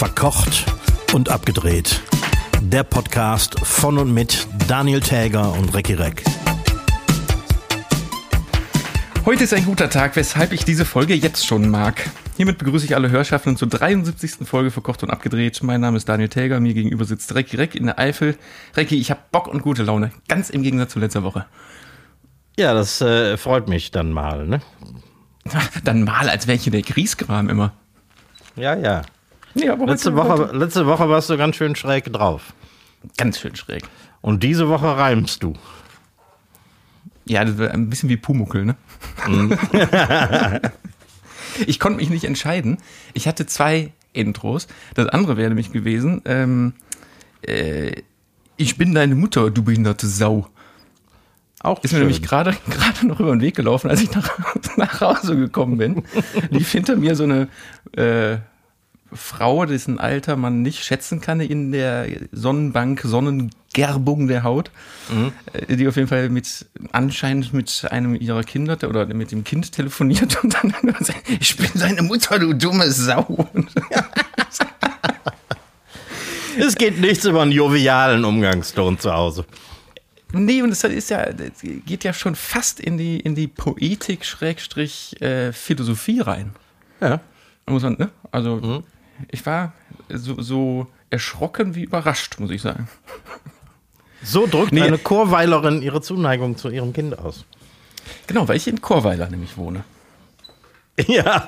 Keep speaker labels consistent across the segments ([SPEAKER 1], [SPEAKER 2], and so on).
[SPEAKER 1] Verkocht und abgedreht. Der Podcast von und mit Daniel Täger und Recki Reck.
[SPEAKER 2] Heute ist ein guter Tag, weshalb ich diese Folge jetzt schon mag. Hiermit begrüße ich alle Hörschaffenden zur 73. Folge Verkocht und abgedreht. Mein Name ist Daniel Täger, mir gegenüber sitzt Recki Reck in der Eifel. Recki, ich habe Bock und gute Laune, ganz im Gegensatz zu letzter Woche.
[SPEAKER 1] Ja, das freut mich dann mal, ne?
[SPEAKER 2] Dann mal, als wäre ich hier der Griesgram immer.
[SPEAKER 1] Ja.
[SPEAKER 2] Nee, aber
[SPEAKER 1] letzte Woche warst du ganz schön schräg drauf.
[SPEAKER 2] Ganz schön schräg.
[SPEAKER 1] Und diese Woche reimst du.
[SPEAKER 2] Ja, das war ein bisschen wie Pumuckl, ne? Mhm. Ich konnte mich nicht entscheiden. Ich hatte 2 Intros. Das andere wäre nämlich gewesen, ich bin deine Mutter, du behinderte Sau.
[SPEAKER 1] Auch
[SPEAKER 2] ist mir nämlich gerade noch über den Weg gelaufen, als ich nach Hause gekommen bin. Lief hinter mir so eine Frau, dessen Alter man nicht schätzen kann in der Sonnengerbung der Haut, die auf jeden Fall anscheinend mit einem ihrer Kinder oder mit dem Kind telefoniert und dann sagt, ich bin deine Mutter, du dumme Sau.
[SPEAKER 1] Es geht nichts über einen jovialen Umgangston zu Hause.
[SPEAKER 2] Nee, und das geht ja schon fast in die Poetik Philosophie rein.
[SPEAKER 1] Ja.
[SPEAKER 2] Muss man, ne? Also, ich war so erschrocken wie überrascht, muss ich sagen.
[SPEAKER 1] So drückt eine Chorweilerin ihre Zuneigung zu ihrem Kind aus.
[SPEAKER 2] Genau, weil ich in Chorweiler nämlich wohne.
[SPEAKER 1] Ja.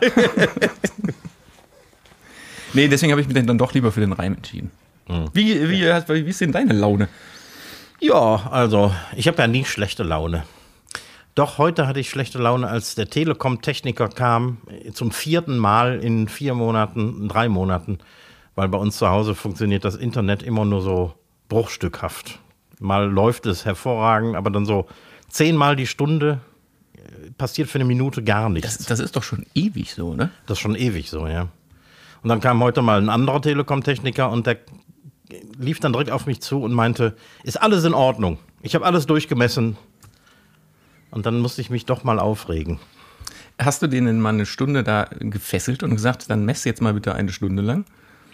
[SPEAKER 2] Nee, deswegen habe ich mich dann doch lieber für den Reim entschieden. Wie ist denn deine Laune?
[SPEAKER 1] Ja, also, ich habe ja nie schlechte Laune. Doch heute hatte ich schlechte Laune, als der Telekom-Techniker kam, zum 4. Mal in 3 Monaten, weil bei uns zu Hause funktioniert das Internet immer nur so bruchstückhaft. Mal läuft es hervorragend, aber dann so 10 Mal die Stunde passiert für eine Minute gar nichts.
[SPEAKER 2] Das ist doch schon ewig so, ne?
[SPEAKER 1] Das ist schon ewig so, ja. Und dann kam heute mal ein anderer Telekom-Techniker und der lief dann direkt auf mich zu und meinte, ist alles in Ordnung? Ich habe alles durchgemessen. Und dann musste ich mich doch mal aufregen.
[SPEAKER 2] Hast du denen mal eine Stunde da gefesselt und gesagt, dann mess jetzt mal bitte 1 Stunde lang?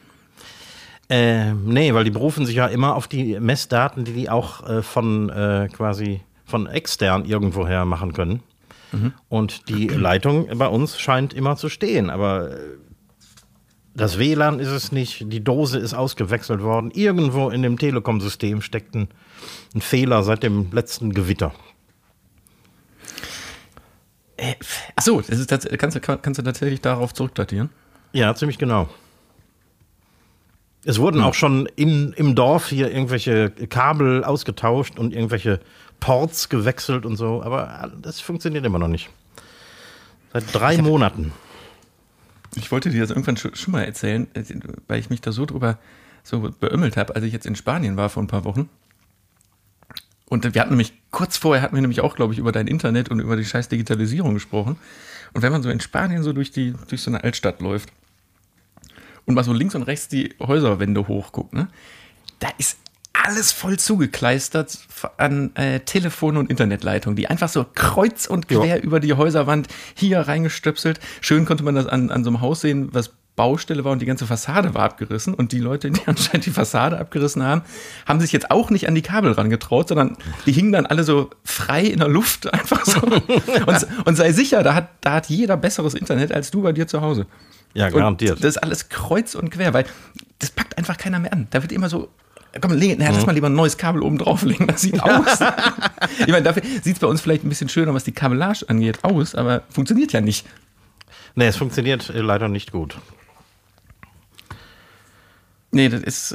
[SPEAKER 1] Nee, weil die berufen sich ja immer auf die Messdaten, die auch von extern irgendwoher machen können. Und die Leitung bei uns scheint immer zu stehen, aber das WLAN ist es nicht, die Dose ist ausgewechselt worden. Irgendwo in dem Telekom-System steckt ein Fehler seit dem letzten Gewitter.
[SPEAKER 2] Achso, kannst du tatsächlich darauf zurückdatieren?
[SPEAKER 1] Ja, ziemlich genau. Es wurden auch schon im Dorf hier irgendwelche Kabel ausgetauscht und irgendwelche Ports gewechselt und so, aber das funktioniert immer noch nicht. Seit 3 Monaten.
[SPEAKER 2] Ich wollte dir das irgendwann schon mal erzählen, weil ich mich da so drüber beömmelt habe, als ich jetzt in Spanien war vor ein paar Wochen. Und kurz vorher hatten wir nämlich auch, glaube ich, über dein Internet und über die scheiß Digitalisierung gesprochen. Und wenn man so in Spanien so durch so eine Altstadt läuft und mal so links und rechts die Häuserwände hochguckt, ne, da ist alles voll zugekleistert an Telefon- und Internetleitungen, die einfach so kreuz und quer über die Häuserwand hier reingestöpselt. Schön konnte man das an so einem Haus sehen, was Baustelle war und die ganze Fassade war abgerissen. Und die Leute, die anscheinend die Fassade abgerissen haben sich jetzt auch nicht an die Kabel rangetraut, sondern die hingen dann alle so frei in der Luft einfach so. Und sei sicher, da hat jeder besseres Internet als du bei dir zu Hause.
[SPEAKER 1] Ja, garantiert.
[SPEAKER 2] Und das ist alles kreuz und quer, weil das packt einfach keiner mehr an. Da wird immer so, komm, lass mal lieber ein neues Kabel oben drauflegen, das sieht aus. Ich meine, dafür sieht es bei uns vielleicht ein bisschen schöner, was die Kabellage angeht, aus, aber funktioniert ja nicht.
[SPEAKER 1] Nee, es funktioniert leider nicht gut.
[SPEAKER 2] Nee, das ist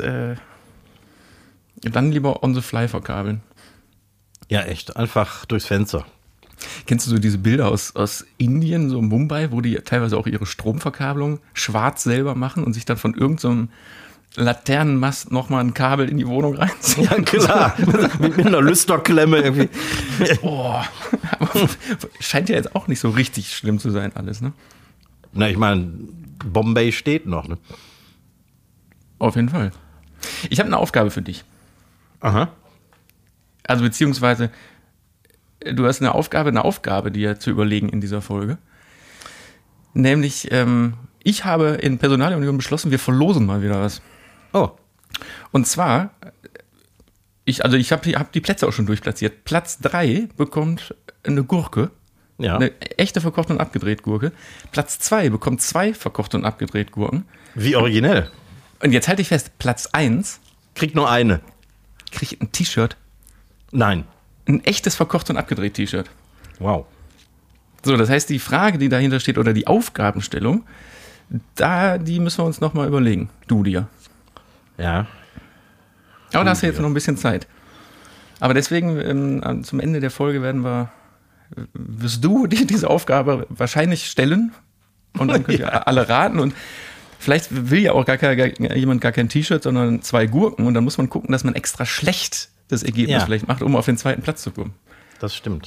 [SPEAKER 2] dann lieber on the fly verkabeln.
[SPEAKER 1] Ja, echt. Einfach durchs Fenster.
[SPEAKER 2] Kennst du so diese Bilder aus Indien, so Mumbai, wo die teilweise auch ihre Stromverkabelung schwarz selber machen und sich dann von irgendeinem Laternenmast nochmal ein Kabel in die Wohnung reinziehen?
[SPEAKER 1] Ja, klar. mit einer Lüsterklemme irgendwie.
[SPEAKER 2] Boah. Aber scheint ja jetzt auch nicht so richtig schlimm zu sein alles, ne?
[SPEAKER 1] Na, ich meine, Bombay steht noch, ne?
[SPEAKER 2] Auf jeden Fall. Ich habe eine Aufgabe für dich.
[SPEAKER 1] Aha.
[SPEAKER 2] Also beziehungsweise, du hast eine Aufgabe dir zu überlegen in dieser Folge. Nämlich, Ich habe in Personalunion beschlossen, wir verlosen mal wieder was.
[SPEAKER 1] Oh.
[SPEAKER 2] Und zwar, ich hab die Plätze auch schon durchplatziert. Platz 3 bekommt eine Gurke.
[SPEAKER 1] Ja.
[SPEAKER 2] Eine echte verkochte und abgedreht Gurke. Platz 2 bekommt 2 verkochte und abgedreht Gurken.
[SPEAKER 1] Wie originell.
[SPEAKER 2] Und jetzt halte ich fest, Platz 1
[SPEAKER 1] Kriegt nur eine.
[SPEAKER 2] kriegt ein T-Shirt.
[SPEAKER 1] Nein.
[SPEAKER 2] Ein echtes verkocht und abgedreht T-Shirt.
[SPEAKER 1] Wow.
[SPEAKER 2] So, das heißt, die Frage, die dahinter steht, oder die Aufgabenstellung, die müssen wir uns nochmal überlegen. Du dir.
[SPEAKER 1] Ja.
[SPEAKER 2] Aber da hast du jetzt noch ein bisschen Zeit. Aber deswegen, zum Ende der Folge wirst du diese Aufgabe wahrscheinlich stellen. Und dann könnt ihr alle raten. Und vielleicht will ja auch jemand gar kein T-Shirt, sondern 2 Gurken. Und dann muss man gucken, dass man extra schlecht das Ergebnis vielleicht macht, um auf den 2. Platz zu kommen.
[SPEAKER 1] Das stimmt.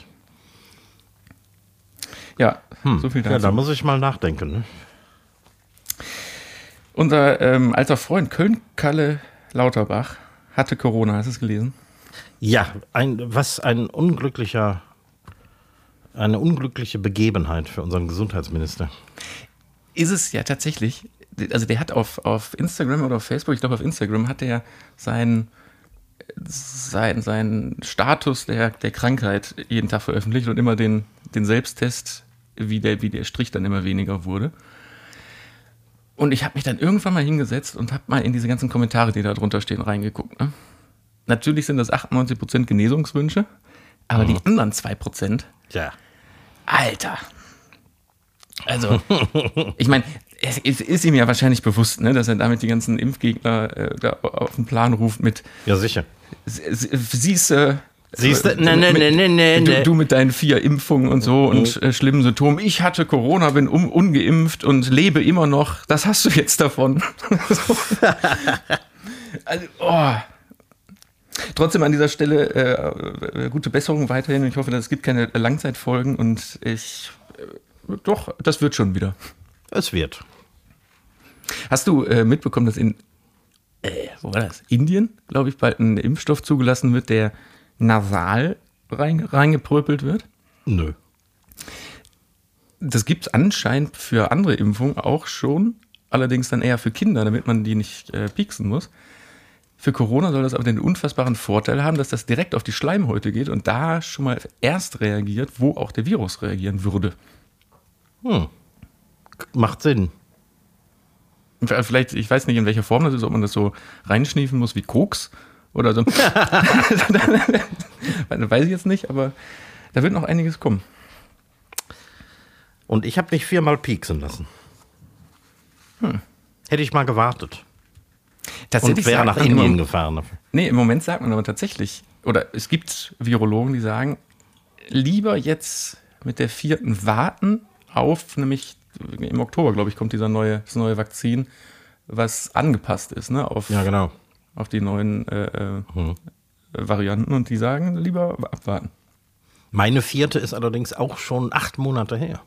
[SPEAKER 2] Ja, so viel dazu.
[SPEAKER 1] Ja, da muss ich mal nachdenken. Ne?
[SPEAKER 2] Unser alter Freund Köln-Kalle Lauterbach hatte Corona. Hast du es gelesen?
[SPEAKER 1] Ja, eine unglückliche Begebenheit für unseren Gesundheitsminister.
[SPEAKER 2] Ist es ja tatsächlich. Also der hat auf Instagram oder auf Facebook, ich glaube auf Instagram, hat er seinen Status der Krankheit jeden Tag veröffentlicht und immer den Selbsttest, wie der Strich dann immer weniger wurde. Und ich habe mich dann irgendwann mal hingesetzt und habe mal in diese ganzen Kommentare, die da drunter stehen, reingeguckt. Ne? Natürlich sind das 98% Genesungswünsche, aber die anderen 2%,
[SPEAKER 1] Ja.
[SPEAKER 2] Alter. Also, ich meine, es ist ihm ja wahrscheinlich bewusst, ne, dass er damit die ganzen Impfgegner da auf den Plan ruft mit
[SPEAKER 1] Ja, sicher.
[SPEAKER 2] Siehst du,
[SPEAKER 1] Nee.
[SPEAKER 2] du mit deinen 4 Impfungen und so und schlimmen Symptomen. Ich hatte Corona, bin ungeimpft und lebe immer noch. Das hast du jetzt davon. Also, Trotzdem an dieser Stelle gute Besserung weiterhin. Ich hoffe, es gibt keine Langzeitfolgen und doch, das wird schon wieder.
[SPEAKER 1] Es wird.
[SPEAKER 2] Hast du mitbekommen, dass in wo war das? Indien, glaube ich, bald ein Impfstoff zugelassen wird, der nasal reingepröpelt wird?
[SPEAKER 1] Nö.
[SPEAKER 2] Das gibt es anscheinend für andere Impfungen auch schon, allerdings dann eher für Kinder, damit man die nicht pieksen muss. Für Corona soll das aber den unfassbaren Vorteil haben, dass das direkt auf die Schleimhäute geht und da schon mal erst reagiert, wo auch der Virus reagieren würde.
[SPEAKER 1] Macht Sinn.
[SPEAKER 2] Vielleicht, ich weiß nicht, in welcher Form das ist, ob man das so reinschniefen muss wie Koks oder so. Weiß ich jetzt nicht, aber da wird noch einiges kommen.
[SPEAKER 1] Und ich habe mich 4-mal pieksen lassen. Hätte ich mal gewartet. Und wäre nach Indien gefahren.
[SPEAKER 2] Nee, im Moment sagt man aber tatsächlich, oder es gibt Virologen, die sagen, lieber jetzt mit der 4. warten auf, nämlich im Oktober, glaube ich, kommt das neue Vakzin, was angepasst ist, ne, auf die neuen Varianten. Und die sagen, lieber abwarten.
[SPEAKER 1] Meine 4. ist allerdings auch schon 8 Monate her.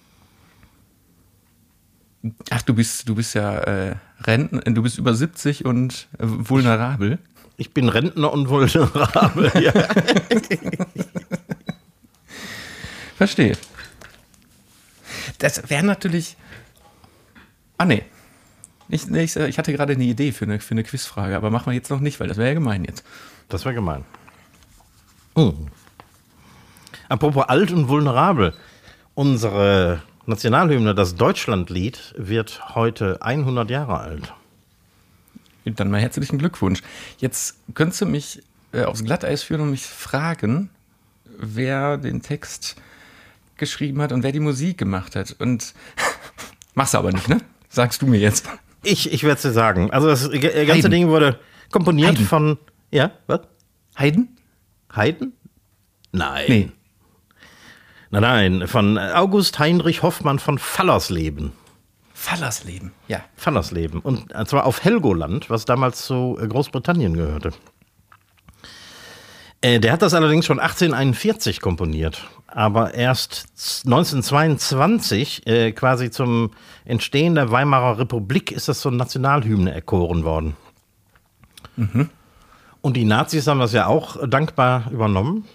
[SPEAKER 2] Ach, du bist ja du bist über 70 und vulnerabel.
[SPEAKER 1] Ich bin Rentner und vulnerabel, ja.
[SPEAKER 2] Verstehe. Das wäre natürlich. Ah, nee. Ich hatte gerade eine Idee für eine Quizfrage, aber machen wir jetzt noch nicht, weil das wäre ja gemein jetzt.
[SPEAKER 1] Das wäre gemein. Apropos alt und vulnerabel. Unsere Nationalhymne, das Deutschlandlied, wird heute 100 Jahre alt.
[SPEAKER 2] Dann mal herzlichen Glückwunsch. Jetzt könntest du mich aufs Glatteis führen und mich fragen, wer den Text geschrieben hat und wer die Musik gemacht hat. Und machst du aber nicht, ne? Sagst du mir jetzt.
[SPEAKER 1] Ich werde es dir sagen. Also das ganze Ding wurde komponiert von... Ja, was?
[SPEAKER 2] Haydn?
[SPEAKER 1] Nein.
[SPEAKER 2] Nee.
[SPEAKER 1] Nein, von August Heinrich Hoffmann von Fallersleben.
[SPEAKER 2] Fallersleben, ja.
[SPEAKER 1] Fallersleben. Und zwar auf Helgoland, was damals zu Großbritannien gehörte. Der hat das allerdings schon 1841 komponiert. Aber erst 1922, quasi zum Entstehen der Weimarer Republik, ist das zur Nationalhymne erkoren worden. Und die Nazis haben das ja auch dankbar übernommen.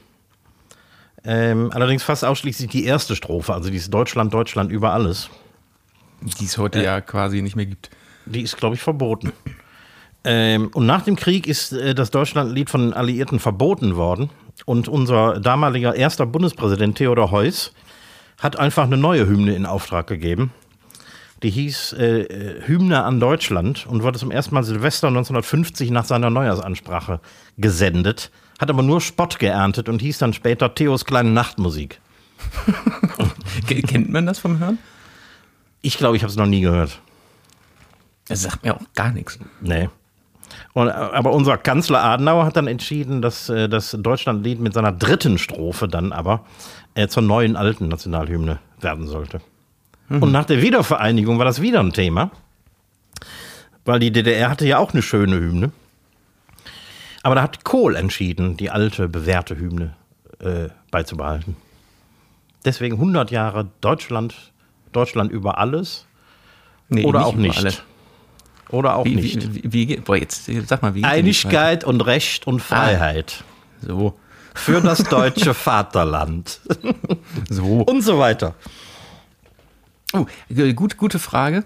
[SPEAKER 1] Allerdings fast ausschließlich die erste Strophe, also dieses Deutschland, Deutschland über alles.
[SPEAKER 2] Die es heute ja quasi nicht mehr gibt.
[SPEAKER 1] Die ist, glaube ich, verboten. Und nach dem Krieg ist das Deutschlandlied von den Alliierten verboten worden. Und unser damaliger erster Bundespräsident Theodor Heuss hat einfach eine neue Hymne in Auftrag gegeben. Die hieß Hymne an Deutschland und wurde zum ersten Mal Silvester 1950 nach seiner Neujahrsansprache gesendet. Hat aber nur Spott geerntet und hieß dann später Theos kleine Nachtmusik.
[SPEAKER 2] Kennt man das vom Hören?
[SPEAKER 1] Ich glaube, ich habe es noch nie gehört.
[SPEAKER 2] Das sagt mir auch gar nichts.
[SPEAKER 1] Nee. Aber unser Kanzler Adenauer hat dann entschieden, dass das Deutschlandlied mit seiner dritten Strophe dann aber zur neuen alten Nationalhymne werden sollte. Und nach der Wiedervereinigung war das wieder ein Thema, weil die DDR hatte ja auch eine schöne Hymne. Aber da hat Kohl entschieden, die alte, bewährte Hymne beizubehalten. Deswegen 100 Jahre Deutschland über alles.
[SPEAKER 2] Nee,
[SPEAKER 1] oder auch nicht.
[SPEAKER 2] Alle.
[SPEAKER 1] Oder auch nicht.
[SPEAKER 2] Jetzt sag mal, wie
[SPEAKER 1] Einigkeit und Recht und Freiheit.
[SPEAKER 2] So.
[SPEAKER 1] Für das deutsche Vaterland.
[SPEAKER 2] So.
[SPEAKER 1] Und so weiter.
[SPEAKER 2] Oh, gute Frage.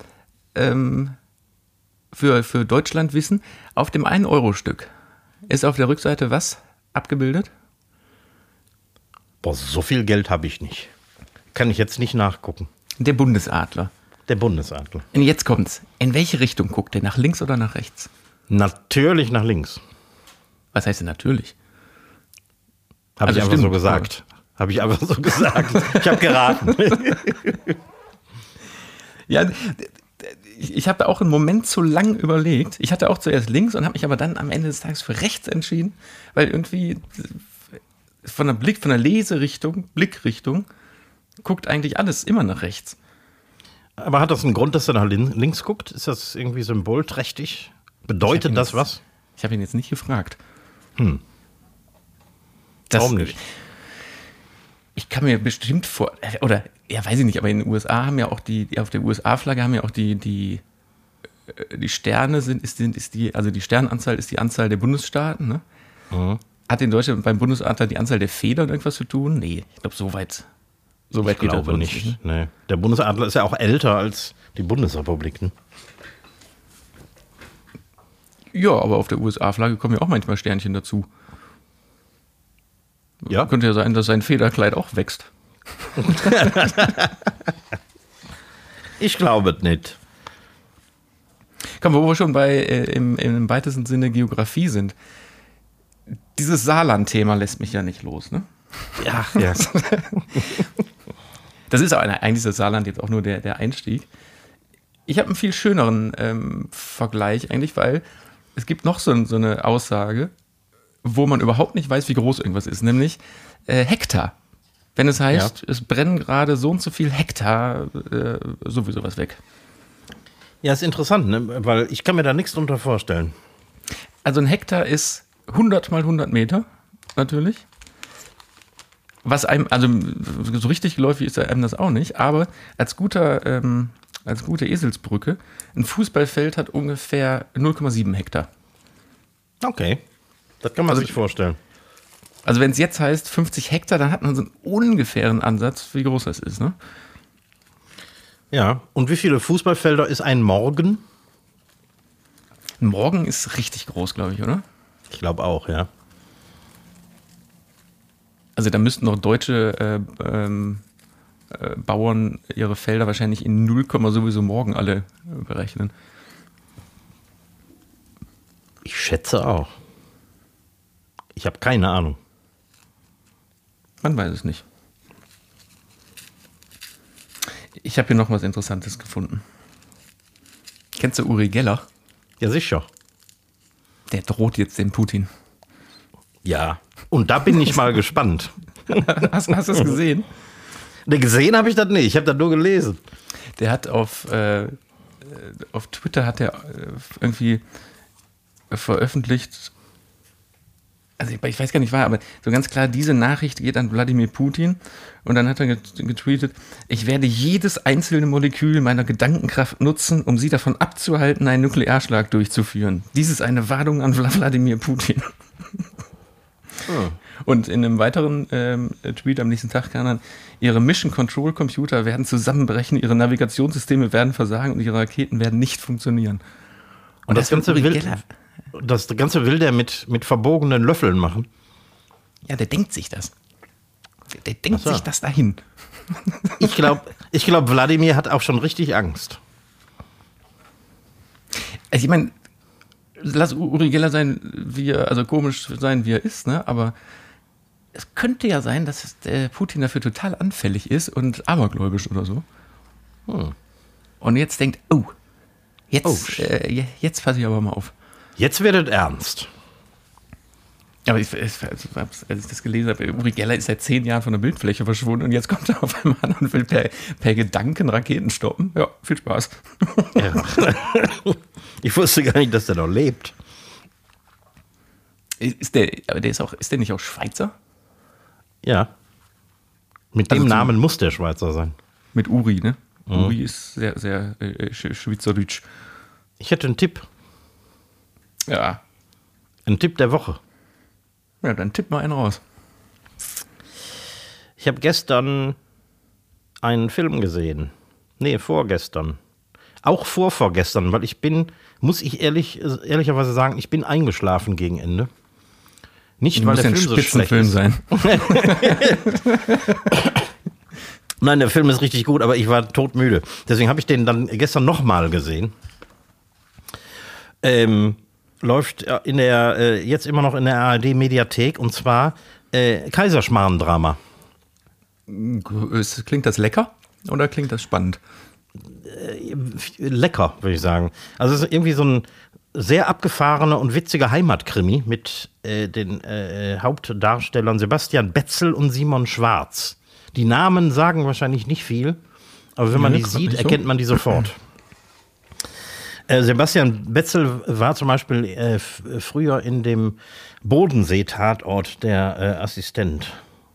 [SPEAKER 2] Für Deutschland wissen, auf dem 1-Euro-Stück ist auf der Rückseite was abgebildet?
[SPEAKER 1] Boah, so viel Geld habe ich nicht. Kann ich jetzt nicht nachgucken.
[SPEAKER 2] Der Bundesadler.
[SPEAKER 1] Der Bundesadler.
[SPEAKER 2] Und jetzt kommt's. In welche Richtung guckt der? Nach links oder nach rechts?
[SPEAKER 1] Natürlich nach links.
[SPEAKER 2] Was heißt denn natürlich?
[SPEAKER 1] Habe ich einfach so gesagt. Habe ich einfach so gesagt. Ich habe geraten.
[SPEAKER 2] Ja, ich habe auch einen Moment zu lang überlegt. Ich hatte auch zuerst links und habe mich aber dann am Ende des Tages für rechts entschieden, weil irgendwie von der Leserichtung, Blickrichtung, guckt eigentlich alles immer nach rechts.
[SPEAKER 1] Aber hat das einen Grund, dass er nach links guckt? Ist das irgendwie symbolträchtig? Bedeutet das was?
[SPEAKER 2] Ich habe ihn jetzt nicht gefragt.
[SPEAKER 1] Warum nicht?
[SPEAKER 2] Ich kann mir bestimmt oder ja, weiß ich nicht, aber in den USA haben ja auch auf der USA-Flagge haben ja auch die Sterne also die Sternanzahl ist die Anzahl der Bundesstaaten, ne?
[SPEAKER 1] Mhm.
[SPEAKER 2] Hat in Deutschland beim Bundesadler die Anzahl der Federn irgendwas zu tun? Nee, ich glaube, so weit
[SPEAKER 1] ich
[SPEAKER 2] geht
[SPEAKER 1] glaube
[SPEAKER 2] das
[SPEAKER 1] nicht.
[SPEAKER 2] Ne?
[SPEAKER 1] Nee. Der Bundesadler ist ja auch älter als die Bundesrepubliken.
[SPEAKER 2] Ja, aber auf der USA-Flagge kommen ja auch manchmal Sternchen dazu.
[SPEAKER 1] Ja.
[SPEAKER 2] Könnte ja sein, dass sein Federkleid auch wächst.
[SPEAKER 1] Ich glaube es nicht.
[SPEAKER 2] Komm, wo wir schon im weitesten Sinne Geografie sind. Dieses Saarland-Thema lässt mich ja nicht los, ne?
[SPEAKER 1] Ja.
[SPEAKER 2] Das ist eigentlich das Saarland jetzt auch nur der Einstieg. Ich habe einen viel schöneren Vergleich eigentlich, weil es gibt noch so eine Aussage, wo man überhaupt nicht weiß, wie groß irgendwas ist, nämlich Hektar. Wenn es heißt, es brennen gerade so und so viel Hektar sowieso was weg.
[SPEAKER 1] Ja, ist interessant, ne? Weil ich kann mir da nichts drunter vorstellen.
[SPEAKER 2] Also ein Hektar ist 100 mal 100 Meter, natürlich. Was einem, also so richtig geläufig ist einem das auch nicht, aber als gute Eselsbrücke, ein Fußballfeld hat ungefähr 0,7 Hektar.
[SPEAKER 1] Okay, das kann man sich vorstellen.
[SPEAKER 2] Also wenn es jetzt heißt 50 Hektar, dann hat man so einen ungefähren Ansatz, wie groß das ist, ne?
[SPEAKER 1] Ja, und wie viele Fußballfelder ist ein Morgen?
[SPEAKER 2] Ein Morgen ist richtig groß, glaube ich, oder?
[SPEAKER 1] Ich glaube auch, ja.
[SPEAKER 2] Also da müssten noch deutsche Bauern ihre Felder wahrscheinlich in 0, sowieso morgen alle berechnen.
[SPEAKER 1] Ich schätze auch. Ich habe keine Ahnung.
[SPEAKER 2] Man weiß es nicht. Ich habe hier noch was Interessantes gefunden. Kennst du Uri Geller?
[SPEAKER 1] Ja, sicher.
[SPEAKER 2] Der droht jetzt dem Putin.
[SPEAKER 1] Ja, und da bin ich mal gespannt.
[SPEAKER 2] Hast du das gesehen?
[SPEAKER 1] Ne, gesehen habe ich das nicht, ich habe das nur gelesen.
[SPEAKER 2] Der hat auf Twitter hat er irgendwie veröffentlicht, also ich weiß gar nicht, aber so ganz klar, diese Nachricht geht an Wladimir Putin und dann hat er getweetet, ich werde jedes einzelne Molekül meiner Gedankenkraft nutzen, um sie davon abzuhalten, einen Nuklearschlag durchzuführen. Dies ist eine Warnung an Wladimir Putin. Und in einem weiteren Tweet am nächsten Tag kam dann, ihre Mission Control Computer werden zusammenbrechen, ihre Navigationssysteme werden versagen und ihre Raketen werden nicht funktionieren.
[SPEAKER 1] Und das Ganze will der mit verbogenen Löffeln machen.
[SPEAKER 2] Ja, der denkt sich das. Der denkt sich das dahin.
[SPEAKER 1] Ich glaube, Wladimir hat auch schon richtig Angst.
[SPEAKER 2] Also ich meine, lass Uri Geller sein, also komisch sein, wie er ist, ne? Aber es könnte ja sein, dass der Putin dafür total anfällig ist und abergläubisch oder so. Und jetzt denkt, jetzt passe ich aber mal auf.
[SPEAKER 1] Jetzt wird es ernst.
[SPEAKER 2] Aber als ich das gelesen habe, Uri Geller ist seit 10 Jahren von der Bildfläche verschwunden und jetzt kommt er auf einmal an und will per Gedanken Raketen stoppen. Ja, viel Spaß.
[SPEAKER 1] Ja. Ich wusste gar nicht, dass der noch lebt.
[SPEAKER 2] Ist der nicht auch Schweizer?
[SPEAKER 1] Ja. Mit dem Namen muss der Schweizer sein.
[SPEAKER 2] Mit Uri, ne? Uri ist sehr, sehr schweizerdeutsch.
[SPEAKER 1] Ich hätte einen Tipp.
[SPEAKER 2] Ja.
[SPEAKER 1] Ein Tipp der Woche.
[SPEAKER 2] Ja, dann tipp mal einen raus.
[SPEAKER 1] Ich habe gestern einen Film gesehen. Nee, vorgestern. Auch vorgestern, weil muss ich ehrlicherweise sagen, ich bin eingeschlafen gegen Ende. Nicht, weil der Film so schlecht ist.
[SPEAKER 2] Sein.
[SPEAKER 1] Nein, der Film ist richtig gut, aber ich war todmüde. Deswegen habe ich den dann gestern nochmal gesehen. Läuft jetzt immer noch in der ARD-Mediathek, und zwar Kaiserschmarrn-Drama.
[SPEAKER 2] Klingt das lecker oder klingt das spannend?
[SPEAKER 1] Lecker, würde ich sagen. Also es ist irgendwie so ein sehr abgefahrener und witziger Heimatkrimi mit den Hauptdarstellern Sebastian Betzel und Simon Schwarz. Die Namen sagen wahrscheinlich nicht viel, aber wenn man die sieht, erkennt man die sofort. Sebastian Betzel war zum Beispiel früher in dem Bodensee-Tatort der Assistent.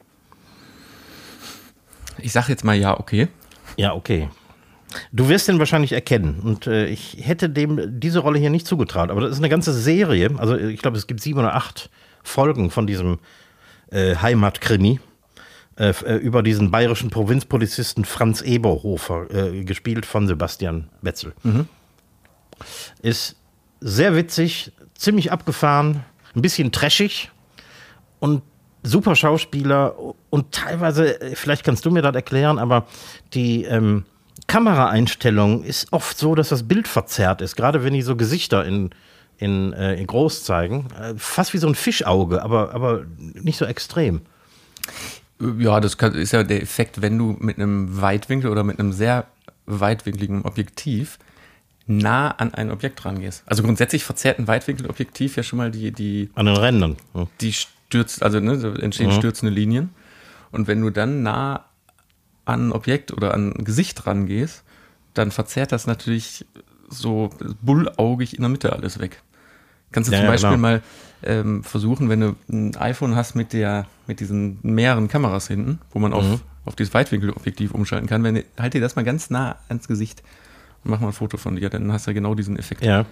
[SPEAKER 2] Ich sag jetzt mal ja, okay.
[SPEAKER 1] Ja, okay. Du wirst den wahrscheinlich erkennen. Und ich hätte dem diese Rolle hier nicht zugetraut. Aber das ist eine ganze Serie. Also ich glaube, es gibt 7 oder 8 Folgen von diesem Heimatkrimi über diesen bayerischen Provinzpolizisten Franz Eberhofer, gespielt von Sebastian Betzel. Ist sehr witzig, ziemlich abgefahren, ein bisschen trashig und super Schauspieler und teilweise, vielleicht kannst du mir das erklären, aber die Kameraeinstellung ist oft so, dass das Bild verzerrt ist, gerade wenn die so Gesichter in groß zeigen. Fast wie so ein Fischauge, aber nicht so extrem.
[SPEAKER 2] Ja, das ist ja der Effekt, wenn du mit einem Weitwinkel oder mit einem sehr weitwinkligen Objektiv nah an ein Objekt rangehst. Also grundsätzlich verzerrt ein Weitwinkelobjektiv ja schon mal die
[SPEAKER 1] an den Rändern.
[SPEAKER 2] Die stürzt, also ne, so entstehen stürzende Linien. Und wenn du dann nah an ein Objekt oder an ein Gesicht rangehst, dann verzerrt das natürlich so bullaugig in der Mitte alles weg. Kannst du zum Beispiel mal versuchen, wenn du ein iPhone hast mit diesen mehreren Kameras hinten, wo man auf dieses Weitwinkelobjektiv umschalten kann, halt dir das mal ganz nah ans Gesicht und mach mal ein Foto von dir, dann hast du genau diesen Effekt.
[SPEAKER 1] Ja.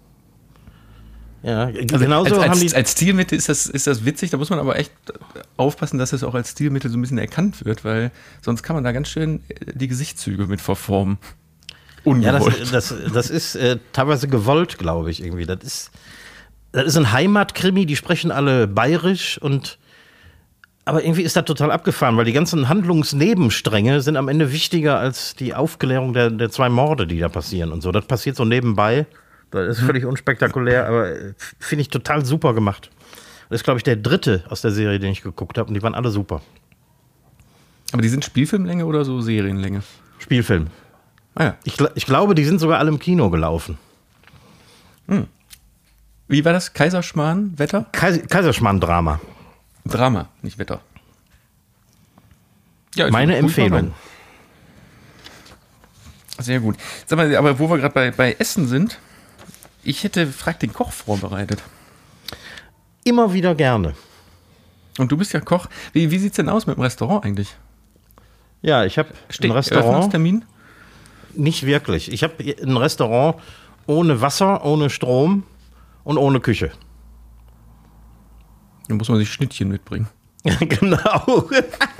[SPEAKER 1] Ja, genauso
[SPEAKER 2] als Stilmittel ist das witzig, da muss man aber echt aufpassen, dass es auch als Stilmittel so ein bisschen erkannt wird, weil sonst kann man da ganz schön die Gesichtszüge mit verformen.
[SPEAKER 1] Ungewollt. Ja, das ist teilweise gewollt, glaube ich, irgendwie. Das ist ein Heimatkrimi, die sprechen alle bayerisch aber irgendwie ist das total abgefahren, weil die ganzen Handlungsnebenstränge sind am Ende wichtiger als die Aufklärung der 2 Morde, die da passieren und so. Das passiert so nebenbei. Das ist völlig unspektakulär, aber finde ich total super gemacht. Das ist, glaube ich, der 3. aus der Serie, den ich geguckt habe, und die waren alle super.
[SPEAKER 2] Aber die sind Spielfilmlänge oder so Serienlänge?
[SPEAKER 1] Spielfilm.
[SPEAKER 2] Ah ja.
[SPEAKER 1] Ich glaube, die sind sogar alle im Kino gelaufen.
[SPEAKER 2] Wie war das? Kaiserschmarrn, Wetter?
[SPEAKER 1] Kaiserschmarrn-Drama.
[SPEAKER 2] Drama, nicht Wetter. Ja,
[SPEAKER 1] meine Empfehlung.
[SPEAKER 2] Sehr gut. Sag mal, aber wo wir gerade bei Essen sind, ich hätte Frag den Koch vorbereitet.
[SPEAKER 1] Immer wieder gerne.
[SPEAKER 2] Und du bist ja Koch. Wie sieht es denn aus mit dem Restaurant eigentlich?
[SPEAKER 1] Ja, ich habe ein Restaurant.
[SPEAKER 2] Öffnungstermin?
[SPEAKER 1] Nicht wirklich. Ich habe ein Restaurant ohne Wasser, ohne Strom und ohne Küche.
[SPEAKER 2] Da muss man sich Schnittchen mitbringen.
[SPEAKER 1] Genau.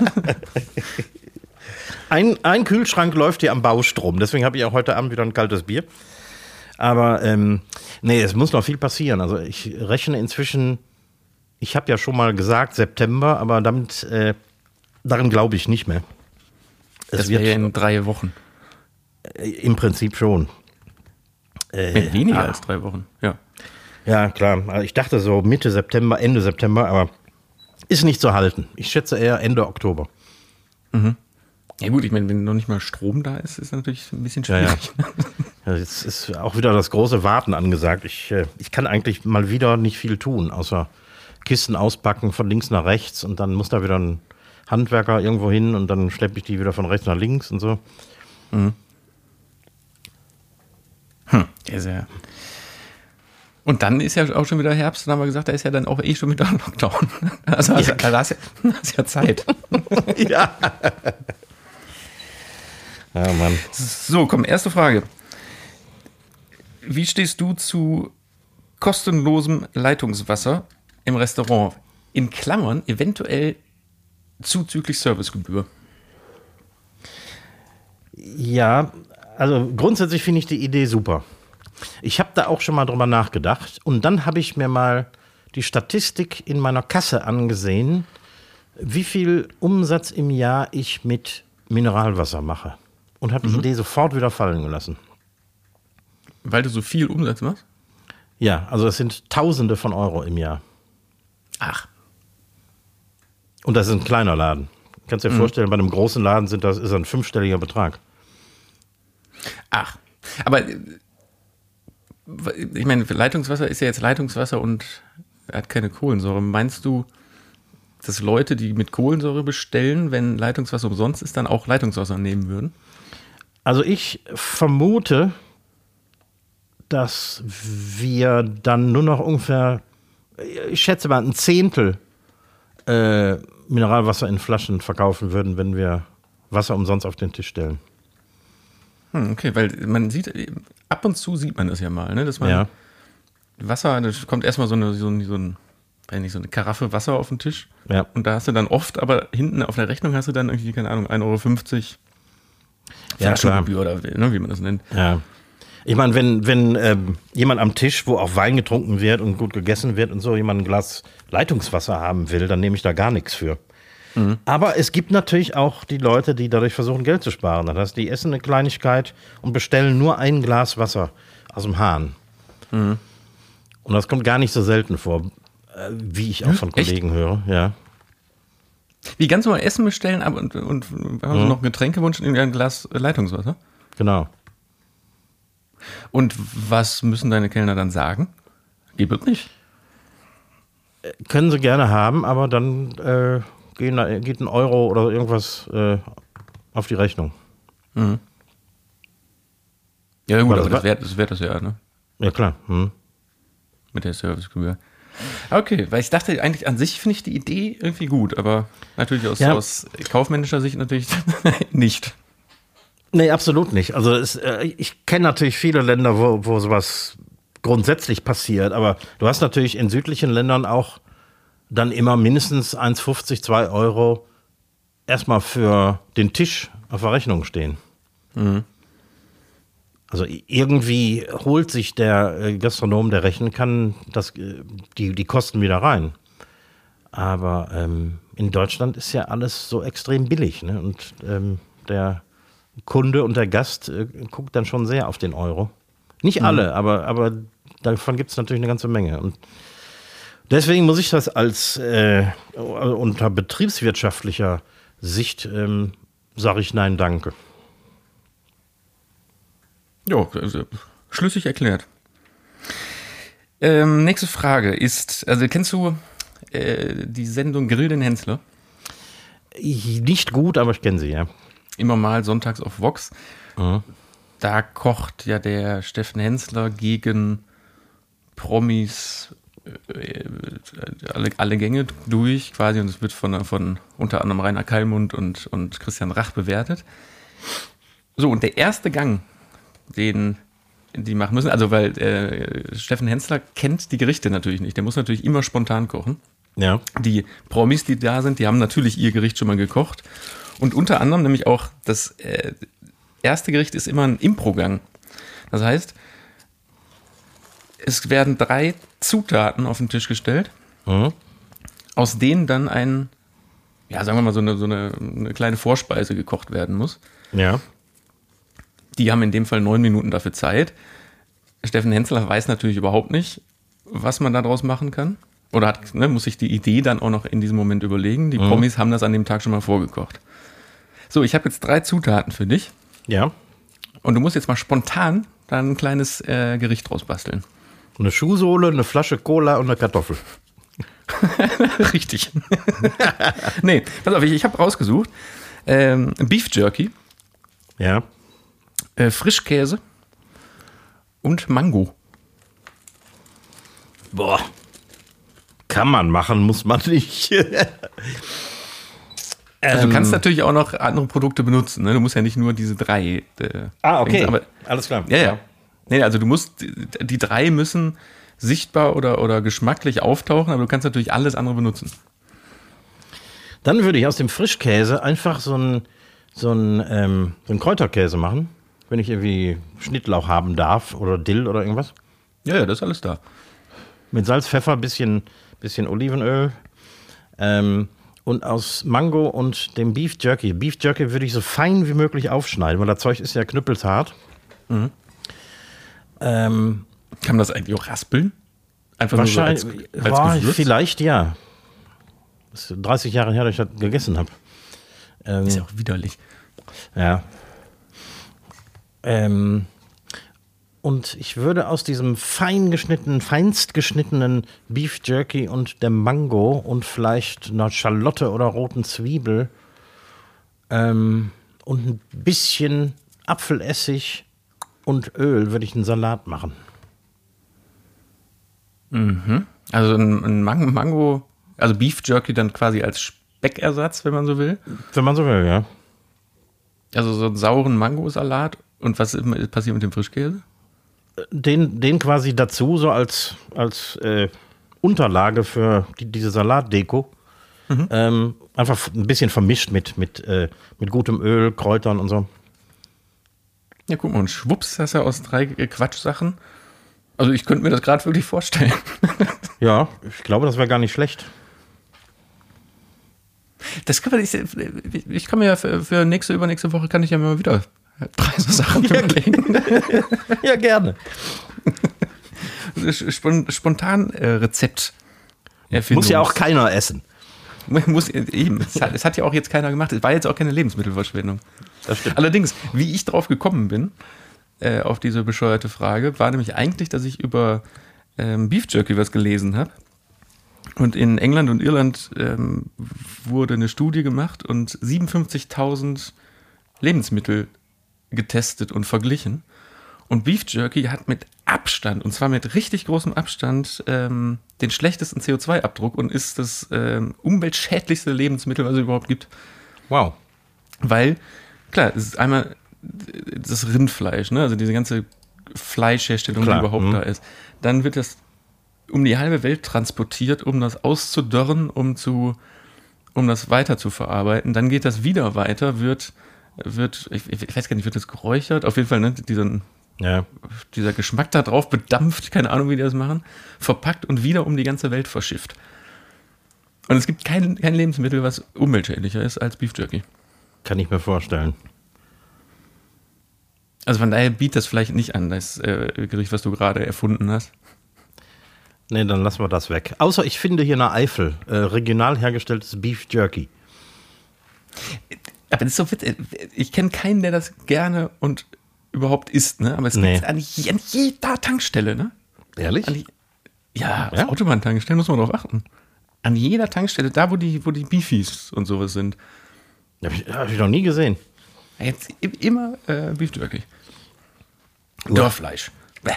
[SPEAKER 1] Ein Kühlschrank läuft hier am Baustrom, deswegen habe ich auch heute Abend wieder ein kaltes Bier. Aber nee, es muss noch viel passieren. Also ich rechne inzwischen, ich habe ja schon mal gesagt September, aber daran glaube ich nicht mehr.
[SPEAKER 2] Das wäre ja in 3 Wochen.
[SPEAKER 1] Im Prinzip schon.
[SPEAKER 2] Mit weniger als 3 Wochen, ja.
[SPEAKER 1] Ja, klar. Also ich dachte so Mitte September, Ende September, aber ist nicht zu halten. Ich schätze eher Ende Oktober.
[SPEAKER 2] Mhm. Ja gut, ich meine, wenn noch nicht mal Strom da ist, ist das natürlich ein bisschen schwierig.
[SPEAKER 1] Ja. Jetzt ist auch wieder das große Warten angesagt. Ich kann eigentlich mal wieder nicht viel tun, außer Kisten auspacken von links nach rechts und dann muss da wieder ein Handwerker irgendwo hin und dann schleppe ich die wieder von rechts nach links und so.
[SPEAKER 2] Mhm. Ja, sehr. Und dann ist ja auch schon wieder Herbst, dann haben wir gesagt, da ist ja dann auch schon wieder ein Lockdown. Also da hast ja Zeit.
[SPEAKER 1] Ja. Ja, Mann.
[SPEAKER 2] So, komm, erste Frage. Wie stehst du zu kostenlosem Leitungswasser im Restaurant? In Klammern eventuell zuzüglich Servicegebühr.
[SPEAKER 1] Ja, also grundsätzlich finde ich die Idee super. Ich habe da auch schon mal drüber nachgedacht und dann habe ich mir mal die Statistik in meiner Kasse angesehen, wie viel Umsatz im Jahr ich mit Mineralwasser mache und habe die Idee sofort wieder fallen gelassen.
[SPEAKER 2] Weil du so viel Umsatz machst?
[SPEAKER 1] Ja, also es sind Tausende von Euro im Jahr.
[SPEAKER 2] Ach.
[SPEAKER 1] Und das ist ein kleiner Laden. Kannst dir vorstellen, bei einem großen Laden ist das ein 5-stelliger Betrag.
[SPEAKER 2] Ach, aber ich meine, Leitungswasser ist ja jetzt Leitungswasser und hat keine Kohlensäure. Meinst du, dass Leute, die mit Kohlensäure bestellen, wenn Leitungswasser umsonst ist, dann auch Leitungswasser nehmen würden?
[SPEAKER 1] Also ich vermute, dass wir dann nur noch ungefähr, ich schätze mal, 1/10 Mineralwasser in Flaschen verkaufen würden, wenn wir Wasser umsonst auf den Tisch stellen.
[SPEAKER 2] Okay, weil man sieht, ab und zu sieht man das ja mal, ne? Dass man Wasser, da kommt erstmal so eine Karaffe Wasser auf den Tisch.
[SPEAKER 1] Ja.
[SPEAKER 2] Und da hast du dann oft, aber hinten auf der Rechnung hast du dann irgendwie, keine Ahnung, 1,50 € Flaschengebühr oder wie man das nennt.
[SPEAKER 1] Ja. Ich meine, wenn jemand am Tisch, wo auch Wein getrunken wird und gut gegessen wird und so, jemand ein Glas Leitungswasser haben will, dann nehme ich da gar nichts für. Mhm. Aber es gibt natürlich auch die Leute, die dadurch versuchen, Geld zu sparen. Das heißt, die essen eine Kleinigkeit und bestellen nur ein Glas Wasser aus dem Hahn. Mhm. Und das kommt gar nicht so selten vor, wie ich auch von Kollegen höre. Ja.
[SPEAKER 2] Wie ganz normal Essen bestellen und haben Sie noch einen Getränkewunsch in ein Glas Leitungswasser?
[SPEAKER 1] Genau.
[SPEAKER 2] Und was müssen deine Kellner dann sagen? Geht nicht?
[SPEAKER 1] Können sie gerne haben, aber dann geht 1 € oder irgendwas auf die Rechnung.
[SPEAKER 2] Mhm. Ja gut, aber das wäre das ja, ne?
[SPEAKER 1] Ja, klar. Mhm.
[SPEAKER 2] Mit der Servicegebühr. Okay, weil ich dachte eigentlich an sich finde ich die Idee irgendwie gut, aber natürlich aus kaufmännischer Sicht natürlich nicht.
[SPEAKER 1] Nee, absolut nicht. Also ich kenne natürlich viele Länder, wo sowas grundsätzlich passiert, aber du hast natürlich in südlichen Ländern auch dann immer mindestens 1,50, 2 € erstmal für den Tisch auf der Rechnung stehen. Mhm. Also irgendwie holt sich der Gastronom, der rechnen kann, die Kosten wieder rein. Aber in Deutschland ist ja alles so extrem billig, ne? Und der Kunde und der Gast guckt dann schon sehr auf den Euro. Nicht alle, aber davon gibt es natürlich eine ganze Menge. Und deswegen muss ich das als unter betriebswirtschaftlicher Sicht sage ich nein, danke.
[SPEAKER 2] Ja, schlüssig erklärt. Nächste Frage ist, also kennst du die Sendung Grill den Hensler?
[SPEAKER 1] Nicht gut, aber ich kenne sie, ja.
[SPEAKER 2] Immer mal sonntags auf Vox. Mhm. Da kocht ja der Steffen Hensler gegen Promis alle Gänge durch quasi und es wird von unter anderem Rainer Kallmund und Christian Rach bewertet. So, und der erste Gang, den die machen müssen, also weil Steffen Hensler kennt die Gerichte natürlich nicht, der muss natürlich immer spontan kochen.
[SPEAKER 1] Ja.
[SPEAKER 2] Die Promis, die da sind, die haben natürlich ihr Gericht schon mal gekocht. Und unter anderem nämlich auch das erste Gericht ist immer ein Improgang. Das heißt, es werden 3 Zutaten auf den Tisch gestellt, aus denen dann sagen wir mal, so eine kleine Vorspeise gekocht werden muss.
[SPEAKER 1] Ja.
[SPEAKER 2] Die haben in dem Fall 9 Minuten dafür Zeit. Steffen Hensler weiß natürlich überhaupt nicht, was man daraus machen kann. Oder muss sich die Idee dann auch noch in diesem Moment überlegen. Die Promis haben das an dem Tag schon mal vorgekocht. So, ich habe jetzt 3 Zutaten für dich.
[SPEAKER 1] Ja.
[SPEAKER 2] Und du musst jetzt mal spontan da ein kleines Gericht draus basteln.
[SPEAKER 1] Eine Schuhsohle, eine Flasche Cola und eine Kartoffel.
[SPEAKER 2] Richtig. Nee, pass auf, ich habe rausgesucht. Beef Jerky,
[SPEAKER 1] Ja.
[SPEAKER 2] Frischkäse und Mango.
[SPEAKER 1] Boah. Kann man machen, muss man nicht.
[SPEAKER 2] Also du kannst natürlich auch noch andere Produkte benutzen. Ne? Du musst ja nicht nur diese 3.
[SPEAKER 1] Okay.
[SPEAKER 2] Aber,
[SPEAKER 1] Alles klar.
[SPEAKER 2] ja. Nee, also die 3 müssen sichtbar oder geschmacklich auftauchen, aber du kannst natürlich alles andere benutzen.
[SPEAKER 1] Dann würde ich aus dem Frischkäse einfach so einen Kräuterkäse machen, wenn ich irgendwie Schnittlauch haben darf oder Dill oder irgendwas.
[SPEAKER 2] Ja, das ist alles da.
[SPEAKER 1] Mit Salz, Pfeffer, bisschen Olivenöl. Und aus Mango und dem Beef Jerky. Beef Jerky würde ich so fein wie möglich aufschneiden, weil das Zeug ist ja knüppelshart.
[SPEAKER 2] Kann man das eigentlich auch raspeln? Einfach
[SPEAKER 1] Wahrscheinlich,
[SPEAKER 2] nur so als Gewürz?
[SPEAKER 1] vielleicht ja. Das ist 30 Jahre her, dass ich das gegessen habe.
[SPEAKER 2] Ist ja auch widerlich.
[SPEAKER 1] Ja. Und ich würde aus diesem feinst geschnittenen Beef Jerky und der Mango und vielleicht einer Schalotte oder roten Zwiebel und ein bisschen Apfelessig und Öl würde ich einen Salat machen.
[SPEAKER 2] Also ein Mango, also Beef Jerky dann quasi als Speckersatz, wenn man so will.
[SPEAKER 1] Wenn man so will, ja.
[SPEAKER 2] Also so einen sauren Mangosalat. Und was passiert mit dem Frischkäse?
[SPEAKER 1] Den quasi dazu, so als Unterlage für diese Salatdeko. Einfach ein bisschen vermischt mit gutem Öl, Kräutern und so.
[SPEAKER 2] Ja, guck mal, und schwupps, hast du aus 3 Quatschsachen. Also ich könnte mir das gerade wirklich vorstellen.
[SPEAKER 1] Ja, ich glaube, das wäre gar nicht schlecht.
[SPEAKER 2] Das kann man, ich kann mir ja für übernächste Woche kann ich ja mal wieder Preise-Sachen überlegen.
[SPEAKER 1] Ja, gerne.
[SPEAKER 2] Spontan Rezept erfinden.
[SPEAKER 1] Muss ja auch keiner essen.
[SPEAKER 2] Es hat ja auch jetzt keiner gemacht. Es war jetzt auch keine Lebensmittelverschwendung.
[SPEAKER 1] Das stimmt.
[SPEAKER 2] Allerdings, wie ich drauf gekommen bin, auf diese bescheuerte Frage, war nämlich eigentlich, dass ich über Beef Jerky was gelesen habe. Und in England und Irland wurde eine Studie gemacht und 57.000 Lebensmittel getestet und verglichen. Und Beef Jerky hat mit Abstand, und zwar mit richtig großem Abstand, den schlechtesten CO2-Abdruck und ist das umweltschädlichste Lebensmittel, was es überhaupt gibt.
[SPEAKER 1] Wow.
[SPEAKER 2] Weil, klar, es ist einmal das Rindfleisch, ne? Also diese ganze Fleischherstellung,
[SPEAKER 1] Klar.
[SPEAKER 2] die überhaupt da ist. Dann wird das um die halbe Welt transportiert, um das auszudörren, um das weiter zu verarbeiten. Dann geht das wieder weiter, wird ich weiß gar nicht, wird das geräuchert? Auf jeden Fall, ne, dieser Geschmack da drauf bedampft, keine Ahnung, wie die das machen, verpackt und wieder um die ganze Welt verschifft. Und es gibt kein Lebensmittel, was umweltschädlicher ist als Beef Jerky.
[SPEAKER 1] Kann ich mir vorstellen.
[SPEAKER 2] Also von daher bietet das vielleicht nicht an, das Gericht, was du gerade erfunden hast.
[SPEAKER 1] Nee, dann lassen wir das weg. Außer ich finde hier in der Eifel regional hergestelltes Beef Jerky.
[SPEAKER 2] Aber das ist so witzig. Ich kenne keinen, der das gerne und überhaupt isst, ne? Aber es gibt an jeder Tankstelle, ne?
[SPEAKER 1] Ehrlich?
[SPEAKER 2] Auf Autobahntankstellen muss man drauf achten. An jeder Tankstelle, da wo die Beefies und sowas sind.
[SPEAKER 1] Hab ich noch nie gesehen.
[SPEAKER 2] Jetzt immer Beef Jerky. Dorffleisch. Bäh.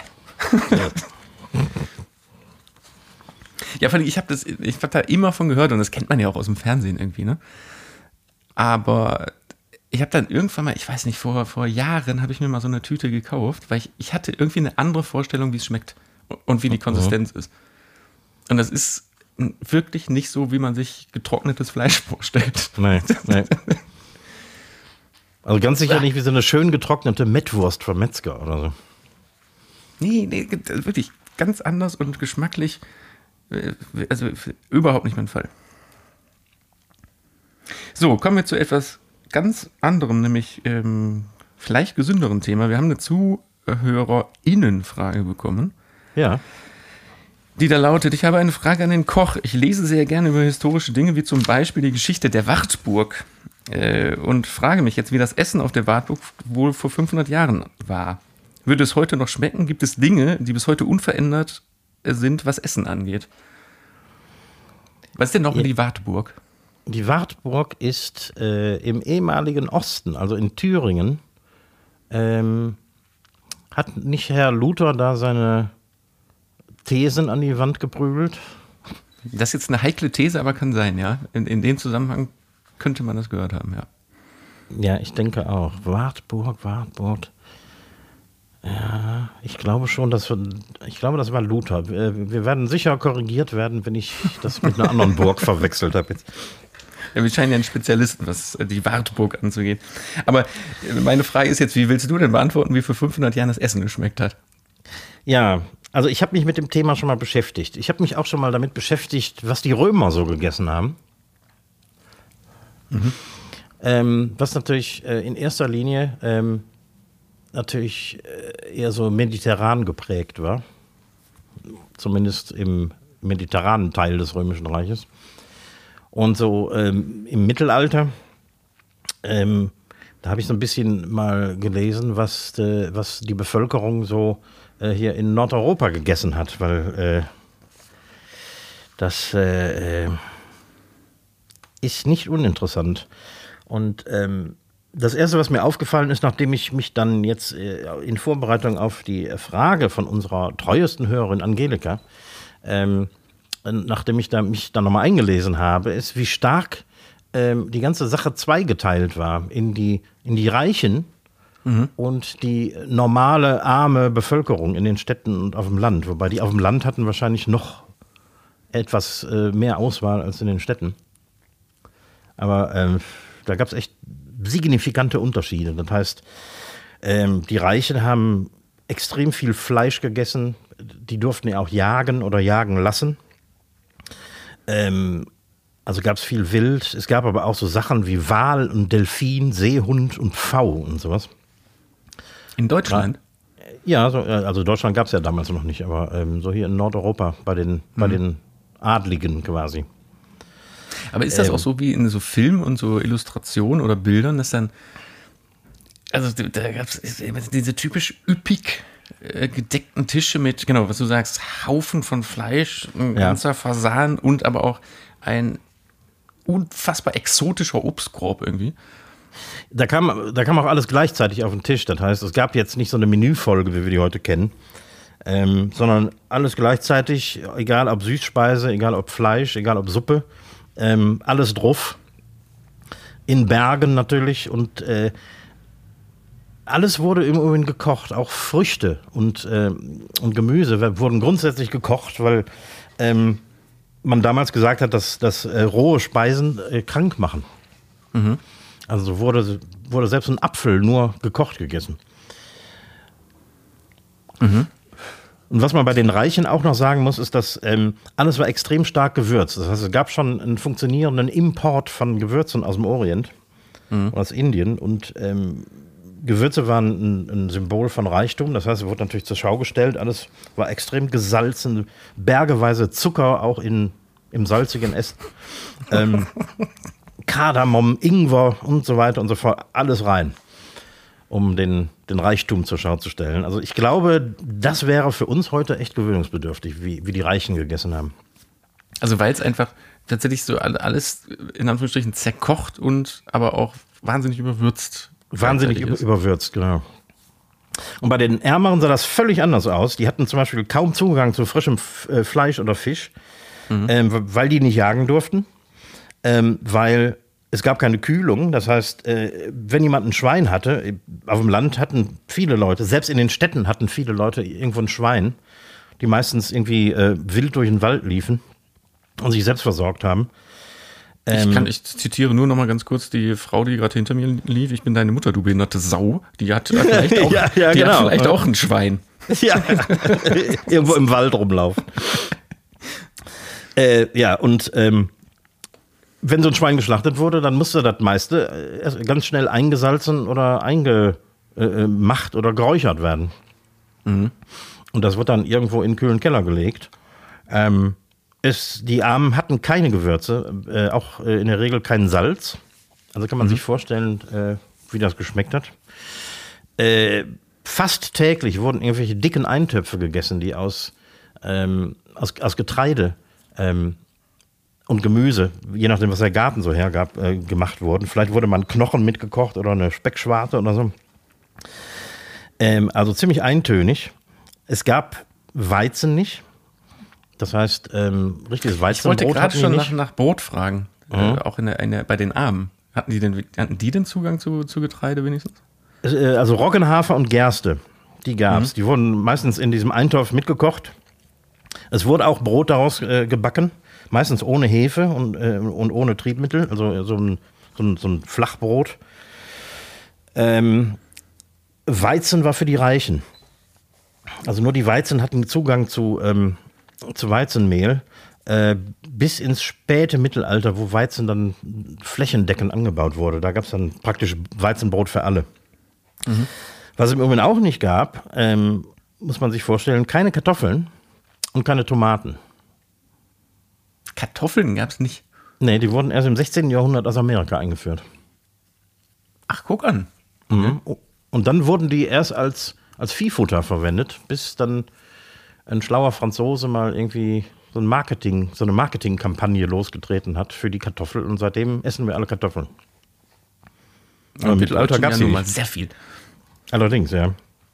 [SPEAKER 2] Ja, ich habe da immer von gehört und das kennt man ja auch aus dem Fernsehen irgendwie, ne? Aber ich habe dann irgendwann mal, ich weiß nicht, vor Jahren habe ich mir mal so eine Tüte gekauft, weil ich hatte irgendwie eine andere Vorstellung, wie es schmeckt und wie die Konsistenz ist. Und das ist wirklich nicht so, wie man sich getrocknetes Fleisch vorstellt.
[SPEAKER 1] Nee. Also ganz sicher nicht wie so eine schön getrocknete Mettwurst vom Metzger oder so.
[SPEAKER 2] Nee, wirklich ganz anders und geschmacklich. Also überhaupt nicht mein Fall. So, kommen wir zu etwas ganz anderem, nämlich vielleicht gesünderen Thema. Wir haben eine ZuhörerInnen-Frage bekommen.
[SPEAKER 1] Ja.
[SPEAKER 2] Die da lautet: Ich habe eine Frage an den Koch. Ich lese sehr gerne über historische Dinge, wie zum Beispiel die Geschichte der Wartburg. Und frage mich jetzt, wie das Essen auf der Wartburg wohl vor 500 Jahren war. Würde es heute noch schmecken? Gibt es Dinge, die bis heute unverändert sind, was Essen angeht? Was ist denn nochmal die Wartburg?
[SPEAKER 1] Die Wartburg ist im ehemaligen Osten, also in Thüringen. Hat nicht Herr Luther da seine Thesen an die Wand geprügelt?
[SPEAKER 2] Das ist jetzt eine heikle These, aber kann sein, ja. In dem Zusammenhang könnte man das gehört haben, ja.
[SPEAKER 1] Ja, ich denke auch. Wartburg. Ja, ich glaube schon, das war Luther. Wir werden sicher korrigiert werden, wenn ich das mit einer anderen Burg verwechselt habe jetzt.
[SPEAKER 2] Ja, wir scheinen ja ein Spezialisten, was die Wartburg anzugeht. Aber meine Frage ist jetzt, wie willst du denn beantworten, wie vor 500 Jahren das Essen geschmeckt hat?
[SPEAKER 1] Ja, also ich habe mich mit dem Thema schon mal beschäftigt. Ich habe mich auch schon mal damit beschäftigt, was die Römer so gegessen haben. Was natürlich in erster Linie eher so mediterran geprägt war. Zumindest im mediterranen Teil des Römischen Reiches. Und so im Mittelalter, da habe ich so ein bisschen mal gelesen, was die Bevölkerung so hier in Nordeuropa gegessen hat, weil das ist nicht uninteressant. Und das Erste, was mir aufgefallen ist, nachdem ich mich dann jetzt in Vorbereitung auf die Frage von unserer treuesten Hörerin Angelika, nachdem ich mich da nochmal eingelesen habe, ist, wie stark die ganze Sache zweigeteilt war in die Reichen und die normale, arme Bevölkerung in den Städten und auf dem Land. Wobei die auf dem Land hatten wahrscheinlich noch etwas mehr Auswahl als in den Städten. Aber da gab es echt signifikante Unterschiede. Das heißt, die Reichen haben extrem viel Fleisch gegessen. Die durften ja auch jagen oder jagen lassen. Also gab es viel Wild. Es gab aber auch so Sachen wie Wal und Delfin, Seehund und Pfau und sowas.
[SPEAKER 2] In Deutschland?
[SPEAKER 1] Ja, also Deutschland gab es ja damals noch nicht, aber so hier in Nordeuropa bei den Adligen quasi.
[SPEAKER 2] Aber ist das auch so wie in so Filmen und so Illustrationen oder Bildern, dass dann, also da gab es diese typisch üppig gedeckten Tische mit, genau, was du sagst, Haufen von Fleisch, ein ganzer Fasan und aber auch ein unfassbar exotischer Obstkorb irgendwie.
[SPEAKER 1] Da kam auch alles gleichzeitig auf den Tisch. Das heißt, es gab jetzt nicht so eine Menüfolge, wie wir die heute kennen, sondern alles gleichzeitig, egal ob Süßspeise, egal ob Fleisch, egal ob Suppe, alles drauf. In Bergen natürlich und alles wurde im Übrigen gekocht, auch Früchte und Gemüse wurden grundsätzlich gekocht, weil man damals gesagt hat, dass rohe Speisen krank machen. Mhm. Also wurde selbst ein Apfel nur gekocht gegessen. Mhm. Und was man bei den Reichen auch noch sagen muss, ist, dass alles war extrem stark gewürzt. Das heißt, es gab schon einen funktionierenden Import von Gewürzen aus dem Orient, aus Indien. Und Gewürze waren ein Symbol von Reichtum. Das heißt, es wurde natürlich zur Schau gestellt. Alles war extrem gesalzen, bergeweise Zucker auch im salzigen Essen. Kardamom, Ingwer und so weiter und so fort. Alles rein, um den Reichtum zur Schau zu stellen. Also ich glaube, das wäre für uns heute echt gewöhnungsbedürftig, wie die Reichen gegessen haben.
[SPEAKER 2] Also weil es einfach tatsächlich so alles in Anführungsstrichen zerkocht und aber auch wahnsinnig überwürzt.
[SPEAKER 1] Wahnsinnig überwürzt, genau. Und bei den Ärmeren sah das völlig anders aus. Die hatten zum Beispiel kaum Zugang zu frischem Fleisch oder Fisch, weil die nicht jagen durften, weil es gab keine Kühlung. Das heißt, wenn jemand ein Schwein hatte, auf dem Land hatten viele Leute, selbst in den Städten hatten viele Leute irgendwo ein Schwein, die meistens irgendwie wild durch den Wald liefen. und sich selbst versorgt haben.
[SPEAKER 2] Ich zitiere nur noch mal ganz kurz die Frau, die gerade hinter mir lief. Ich bin deine Mutter, du behinderte Sau. Die hat vielleicht auch,
[SPEAKER 1] hat vielleicht
[SPEAKER 2] auch ein Schwein.
[SPEAKER 1] Ja, irgendwo im Wald rumlaufen. Und wenn so ein Schwein geschlachtet wurde, dann musste das meiste ganz schnell eingesalzen oder eingemacht oder geräuchert werden. Mhm. Und das wird dann irgendwo in den kühlen Keller gelegt. Die Armen hatten keine Gewürze, auch in der Regel kein Salz. Also kann man sich vorstellen, wie das geschmeckt hat. Fast täglich wurden irgendwelche dicken Eintöpfe gegessen, die aus Getreide und Gemüse, je nachdem, was der Garten so hergab, gemacht wurden. Vielleicht wurde mal ein Knochen mitgekocht oder eine Speckschwarte oder so. Also ziemlich eintönig. Es gab Weizen nicht. Das heißt, richtiges Weizenbrot.
[SPEAKER 2] Ich wollte gerade schon nach Brot fragen, auch bei den Armen. Hatten die denn Zugang zu Getreide wenigstens?
[SPEAKER 1] Also Roggenhafer und Gerste, die gab es. Die wurden meistens in diesem Eintopf mitgekocht. Es wurde auch Brot daraus gebacken, meistens ohne Hefe und ohne Triebmittel, also so ein Flachbrot. Weizen war für die Reichen. Also nur die Weizen hatten Zugang zu Weizenmehl bis ins späte Mittelalter, wo Weizen dann flächendeckend angebaut wurde. Da gab es dann praktisch Weizenbrot für alle. Mhm. Was es im Übrigen auch nicht gab, muss man sich vorstellen, keine Kartoffeln und keine Tomaten.
[SPEAKER 2] Kartoffeln gab es nicht?
[SPEAKER 1] Nee, die wurden erst im 16. Jahrhundert aus Amerika eingeführt.
[SPEAKER 2] Ach, guck an.
[SPEAKER 1] Mhm. Und dann wurden die erst als Viehfutter verwendet, bis dann ein schlauer Franzose mal irgendwie so eine Marketingkampagne losgetreten hat für die Kartoffel und seitdem essen wir alle Kartoffeln.
[SPEAKER 2] Aber im Mittelalter gab es ja nun mal sehr viel.
[SPEAKER 1] Allerdings, ja.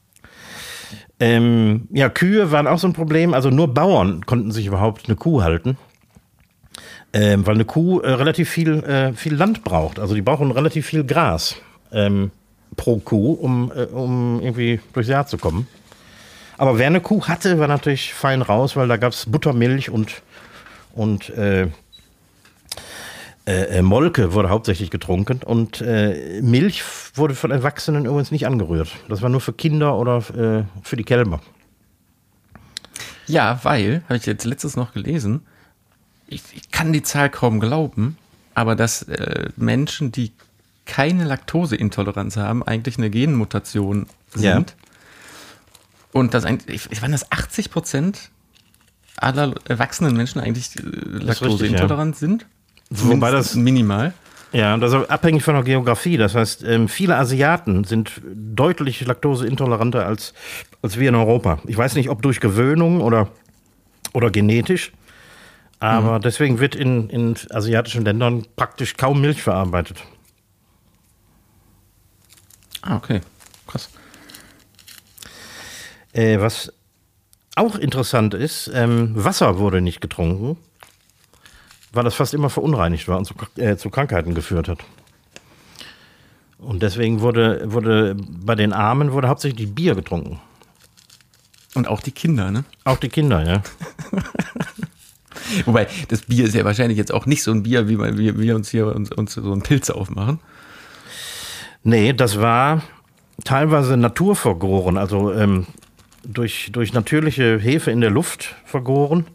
[SPEAKER 1] Kühe waren auch so ein Problem. Also nur Bauern konnten sich überhaupt eine Kuh halten. Weil eine Kuh relativ viel Land braucht. Also die brauchen relativ viel Gras pro Kuh, um irgendwie durchs Jahr zu kommen. Aber wer eine Kuh hatte, war natürlich fein raus, weil da gab es Buttermilch und Molke wurde hauptsächlich getrunken. Und Milch wurde von Erwachsenen übrigens nicht angerührt. Das war nur für Kinder oder für die Kälber.
[SPEAKER 2] Ja, weil, habe ich jetzt letztes noch gelesen, ich kann die Zahl kaum glauben, aber dass Menschen, die keine Laktoseintoleranz haben, eigentlich eine Genmutation sind. Ja. Und dass waren das 80% aller erwachsenen Menschen eigentlich laktoseintolerant sind?
[SPEAKER 1] Wobei das
[SPEAKER 2] minimal.
[SPEAKER 1] Ja, das ist abhängig von der Geografie. Das heißt, viele Asiaten sind deutlich laktoseintoleranter als wir in Europa. Ich weiß nicht, ob durch Gewöhnung oder genetisch, aber deswegen wird in asiatischen Ländern praktisch kaum Milch verarbeitet.
[SPEAKER 2] Ah, okay. Krass.
[SPEAKER 1] Was auch interessant ist, Wasser wurde nicht getrunken, weil das fast immer verunreinigt war und zu Krankheiten geführt hat. Und deswegen wurde bei den Armen hauptsächlich Bier getrunken.
[SPEAKER 2] Und auch die Kinder, ne?
[SPEAKER 1] Auch die Kinder, ja.
[SPEAKER 2] Wobei, das Bier ist ja wahrscheinlich jetzt auch nicht so ein Bier, wie wir uns hier uns so einen Pilz aufmachen.
[SPEAKER 1] Nee, das war teilweise naturvergoren, also durch natürliche Hefe in der Luft vergoren.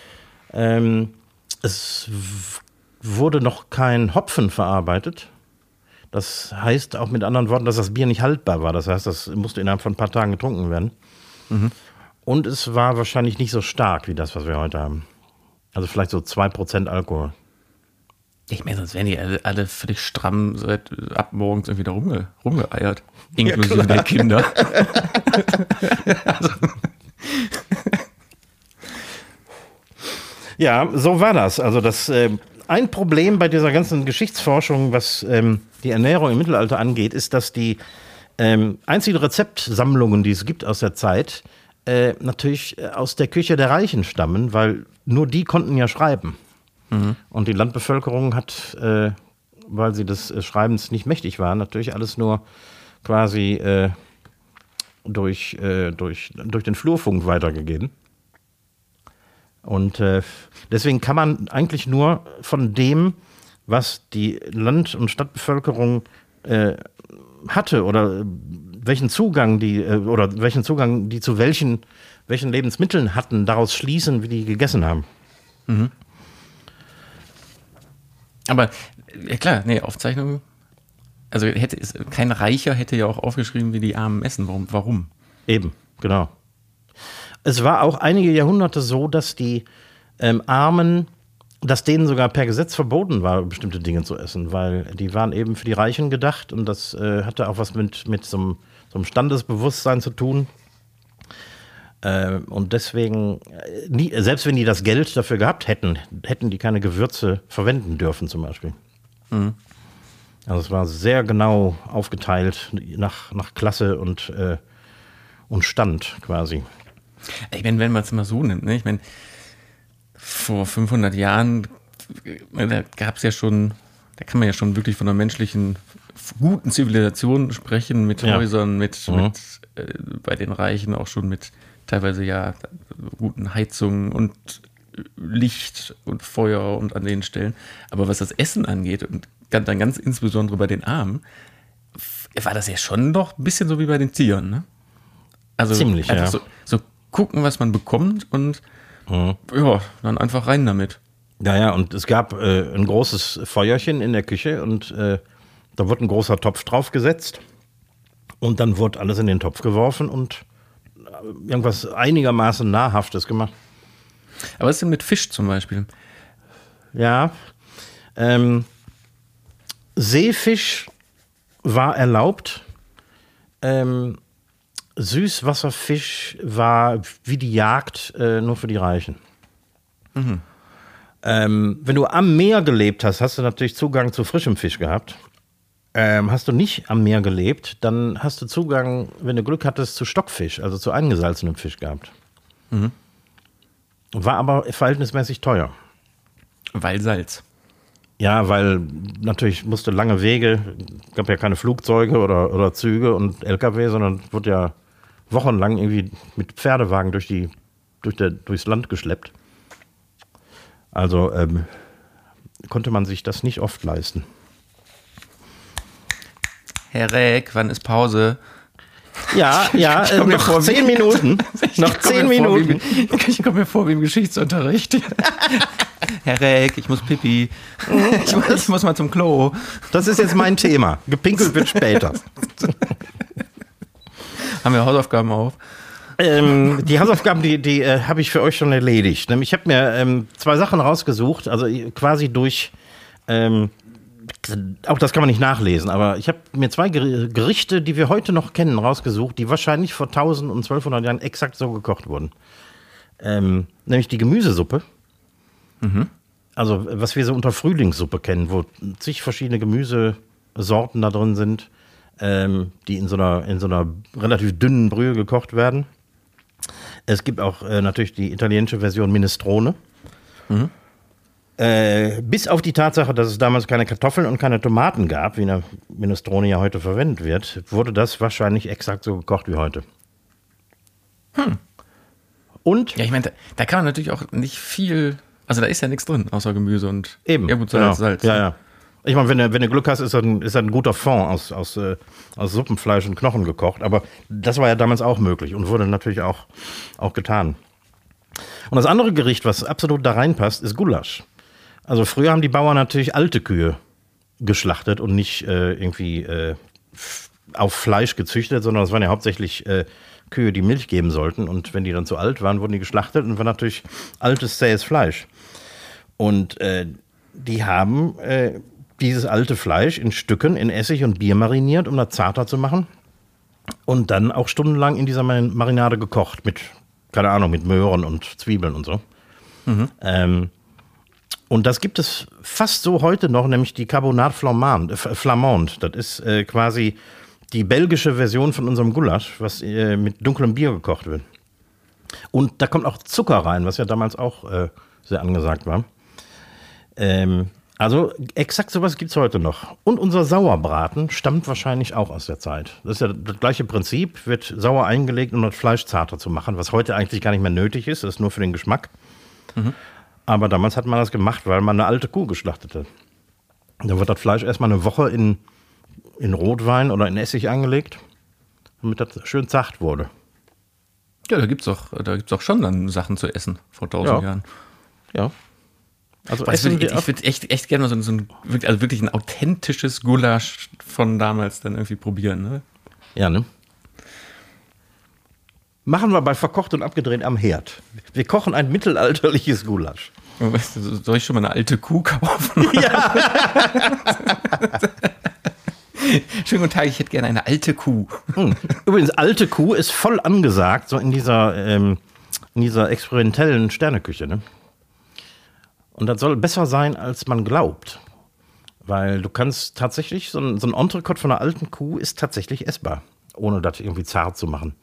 [SPEAKER 1] Es wurde noch kein Hopfen verarbeitet. Das heißt auch mit anderen Worten, dass das Bier nicht haltbar war. Das heißt, das musste innerhalb von ein paar Tagen getrunken werden. Mhm. Und es war wahrscheinlich nicht so stark wie das, was wir heute haben. Also vielleicht so 2% Alkohol.
[SPEAKER 2] Ich meine, sonst wären die alle völlig stramm ab morgens irgendwie da rumgeeiert. Inklusive der Kinder.
[SPEAKER 1] Also. Ja, so war das. Also ein Problem bei dieser ganzen Geschichtsforschung, was die Ernährung im Mittelalter angeht, ist, dass die einzigen Rezeptsammlungen, die es gibt aus der Zeit, natürlich aus der Küche der Reichen stammen, weil nur die konnten ja schreiben. Mhm. Und die Landbevölkerung hat, weil sie des Schreibens nicht mächtig waren, natürlich alles nur quasi durch den Flurfunk weitergegeben. Und deswegen kann man eigentlich nur von dem, was die Land- und Stadtbevölkerung hatte oder welchen Zugang die zu welchen Lebensmitteln hatten, daraus schließen, wie die gegessen haben.
[SPEAKER 2] Mhm. Aber ja klar, nee, Aufzeichnung. Also kein Reicher hätte ja auch aufgeschrieben, wie die Armen essen. Warum?
[SPEAKER 1] Eben, genau. Es war auch einige Jahrhunderte so, dass die Armen, dass denen sogar per Gesetz verboten war, bestimmte Dinge zu essen, weil die waren eben für die Reichen gedacht und das hatte auch was mit so einem Standesbewusstsein zu tun. Und deswegen, selbst wenn die das Geld dafür gehabt hätten, hätten die keine Gewürze verwenden dürfen zum Beispiel. Mhm. Also es war sehr genau aufgeteilt nach Klasse und Stand quasi.
[SPEAKER 2] Ich meine, wenn man es mal so nimmt, ne? Ich meine, vor 500 Jahren, da gab es ja schon, da kann man ja schon wirklich von einer menschlichen, guten Zivilisation sprechen, mit Häusern, mit bei den Reichen auch schon mit teilweise ja guten Heizungen und Licht und Feuer und an den Stellen. Aber was das Essen angeht und dann ganz insbesondere bei den Armen, war das ja schon doch ein bisschen so wie bei den Tieren, ne? Also
[SPEAKER 1] ziemlich,
[SPEAKER 2] einfach so gucken, was man bekommt und dann einfach rein damit.
[SPEAKER 1] Ja, und es gab ein großes Feuerchen in der Küche und da wurde ein großer Topf draufgesetzt und dann wurde alles in den Topf geworfen und irgendwas einigermaßen Nahrhaftes gemacht.
[SPEAKER 2] Aber was ist denn mit Fisch zum Beispiel?
[SPEAKER 1] Ja, Seefisch war erlaubt. Süßwasserfisch war wie die Jagd nur für die Reichen. Mhm. Wenn du am Meer gelebt hast, hast du natürlich Zugang zu frischem Fisch gehabt. Hast du nicht am Meer gelebt, dann hast du Zugang, wenn du Glück hattest, zu Stockfisch, also zu eingesalzenem Fisch gehabt. Mhm. War aber verhältnismäßig teuer.
[SPEAKER 2] Weil Salz.
[SPEAKER 1] Ja, weil natürlich musste lange Wege, gab ja keine Flugzeuge oder Züge und LKW, sondern wurde ja wochenlang irgendwie mit Pferdewagen durchs Land geschleppt. Also konnte man sich das nicht oft leisten.
[SPEAKER 2] Herr Räck, wann ist Pause?
[SPEAKER 1] Ja, noch 10 Minuten. Noch 10 Minuten.
[SPEAKER 2] Ich komme mir vor wie im Geschichtsunterricht. Herr Räck, ich muss pipi. Ich muss mal zum Klo.
[SPEAKER 1] Das ist jetzt mein Thema. Gepinkelt wird später.
[SPEAKER 2] Haben wir Hausaufgaben auf?
[SPEAKER 1] Die Hausaufgaben, die habe ich für euch schon erledigt. Ich habe mir 2 Sachen rausgesucht, also quasi durch, auch das kann man nicht nachlesen, aber ich habe mir 2 Gerichte, die wir heute noch kennen, rausgesucht, die wahrscheinlich vor 1000 und 1200 Jahren exakt so gekocht wurden. Nämlich die Gemüsesuppe. Mhm. Also was wir so unter Frühlingssuppe kennen, wo zig verschiedene Gemüsesorten da drin sind, die in so einer relativ dünnen Brühe gekocht werden. Es gibt auch natürlich die italienische Version Minestrone. Mhm. Bis auf die Tatsache, dass es damals keine Kartoffeln und keine Tomaten gab, wie eine Minestrone ja heute verwendet wird, wurde das wahrscheinlich exakt so gekocht wie heute. Und?
[SPEAKER 2] Ja, ich meine, da kann man natürlich auch nicht viel, also da ist ja nichts drin, außer Gemüse und
[SPEAKER 1] eben,
[SPEAKER 2] gut, Salz.
[SPEAKER 1] Ja. Ich meine, wenn du Glück hast, ist das ein guter Fond aus Suppenfleisch und Knochen gekocht. Aber das war ja damals auch möglich und wurde natürlich auch getan. Und das andere Gericht, was absolut da reinpasst, ist Gulasch. Also früher haben die Bauern natürlich alte Kühe geschlachtet und nicht irgendwie auf Fleisch gezüchtet, sondern es waren ja hauptsächlich Kühe, die Milch geben sollten. Und wenn die dann zu alt waren, wurden die geschlachtet und war natürlich altes, zähes Fleisch. Und die haben dieses alte Fleisch in Stücken in Essig und Bier mariniert, um das zarter zu machen. Und dann auch stundenlang in dieser Marinade gekocht mit, keine Ahnung, mit Möhren und Zwiebeln und so. Mhm. Und das gibt es fast so heute noch, nämlich die Carbonade Flamande. Das ist quasi die belgische Version von unserem Gulasch, was mit dunklem Bier gekocht wird. Und da kommt auch Zucker rein, was ja damals auch sehr angesagt war. Also exakt sowas gibt es heute noch. Und unser Sauerbraten stammt wahrscheinlich auch aus der Zeit. Das ist ja das gleiche Prinzip, wird sauer eingelegt, um das Fleisch zarter zu machen, was heute eigentlich gar nicht mehr nötig ist, das ist nur für den Geschmack. Aber damals hat man das gemacht, weil man eine alte Kuh geschlachtet hat. Dann wird das Fleisch erstmal eine Woche in Rotwein oder in Essig angelegt, damit das schön zart wurde.
[SPEAKER 2] Ja, da gibt's auch schon dann Sachen zu essen vor 1000 Jahren.
[SPEAKER 1] Ja. Also
[SPEAKER 2] ich würde echt gerne mal so ein wirklich ein authentisches Gulasch von damals dann irgendwie probieren. Ne?
[SPEAKER 1] Ja, ne? Machen wir bei Verkocht und Abgedreht am Herd. Wir kochen ein mittelalterliches Gulasch.
[SPEAKER 2] Soll ich schon mal eine alte Kuh kaufen? Ja. Schönen guten Tag, ich hätte gerne eine alte Kuh.
[SPEAKER 1] Übrigens, alte Kuh ist voll angesagt, so in dieser experimentellen Sterneküche. Ne? Und das soll besser sein, als man glaubt. Weil du kannst tatsächlich, so ein Entrecote von einer alten Kuh ist tatsächlich essbar, ohne das irgendwie zart zu machen.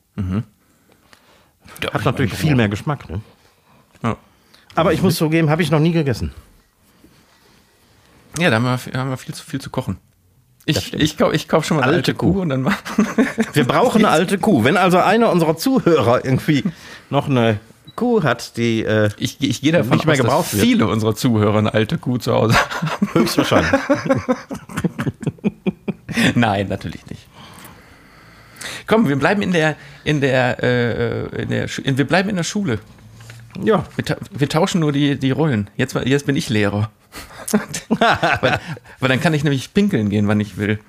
[SPEAKER 1] Hat natürlich viel mehr Geschmack. Ne?
[SPEAKER 2] Ja.
[SPEAKER 1] Aber ich muss zugeben, habe ich noch nie gegessen.
[SPEAKER 2] Ja, da haben wir viel zu kochen. Ich kauf schon mal eine alte Kuh und dann mal.
[SPEAKER 1] Wir brauchen eine alte Kuh. Wenn also einer unserer Zuhörer irgendwie noch eine Kuh hat, die
[SPEAKER 2] ich gehe davon
[SPEAKER 1] nicht mehr
[SPEAKER 2] aus,
[SPEAKER 1] gebraucht
[SPEAKER 2] dass viele unserer Zuhörer eine alte Kuh zu Hause haben.
[SPEAKER 1] Höchstwahrscheinlich.
[SPEAKER 2] Nein, natürlich nicht. Komm, wir bleiben in der Schule.
[SPEAKER 1] Ja.
[SPEAKER 2] Wir tauschen nur die Rollen. Jetzt bin ich Lehrer. weil dann kann ich nämlich pinkeln gehen, wann ich will.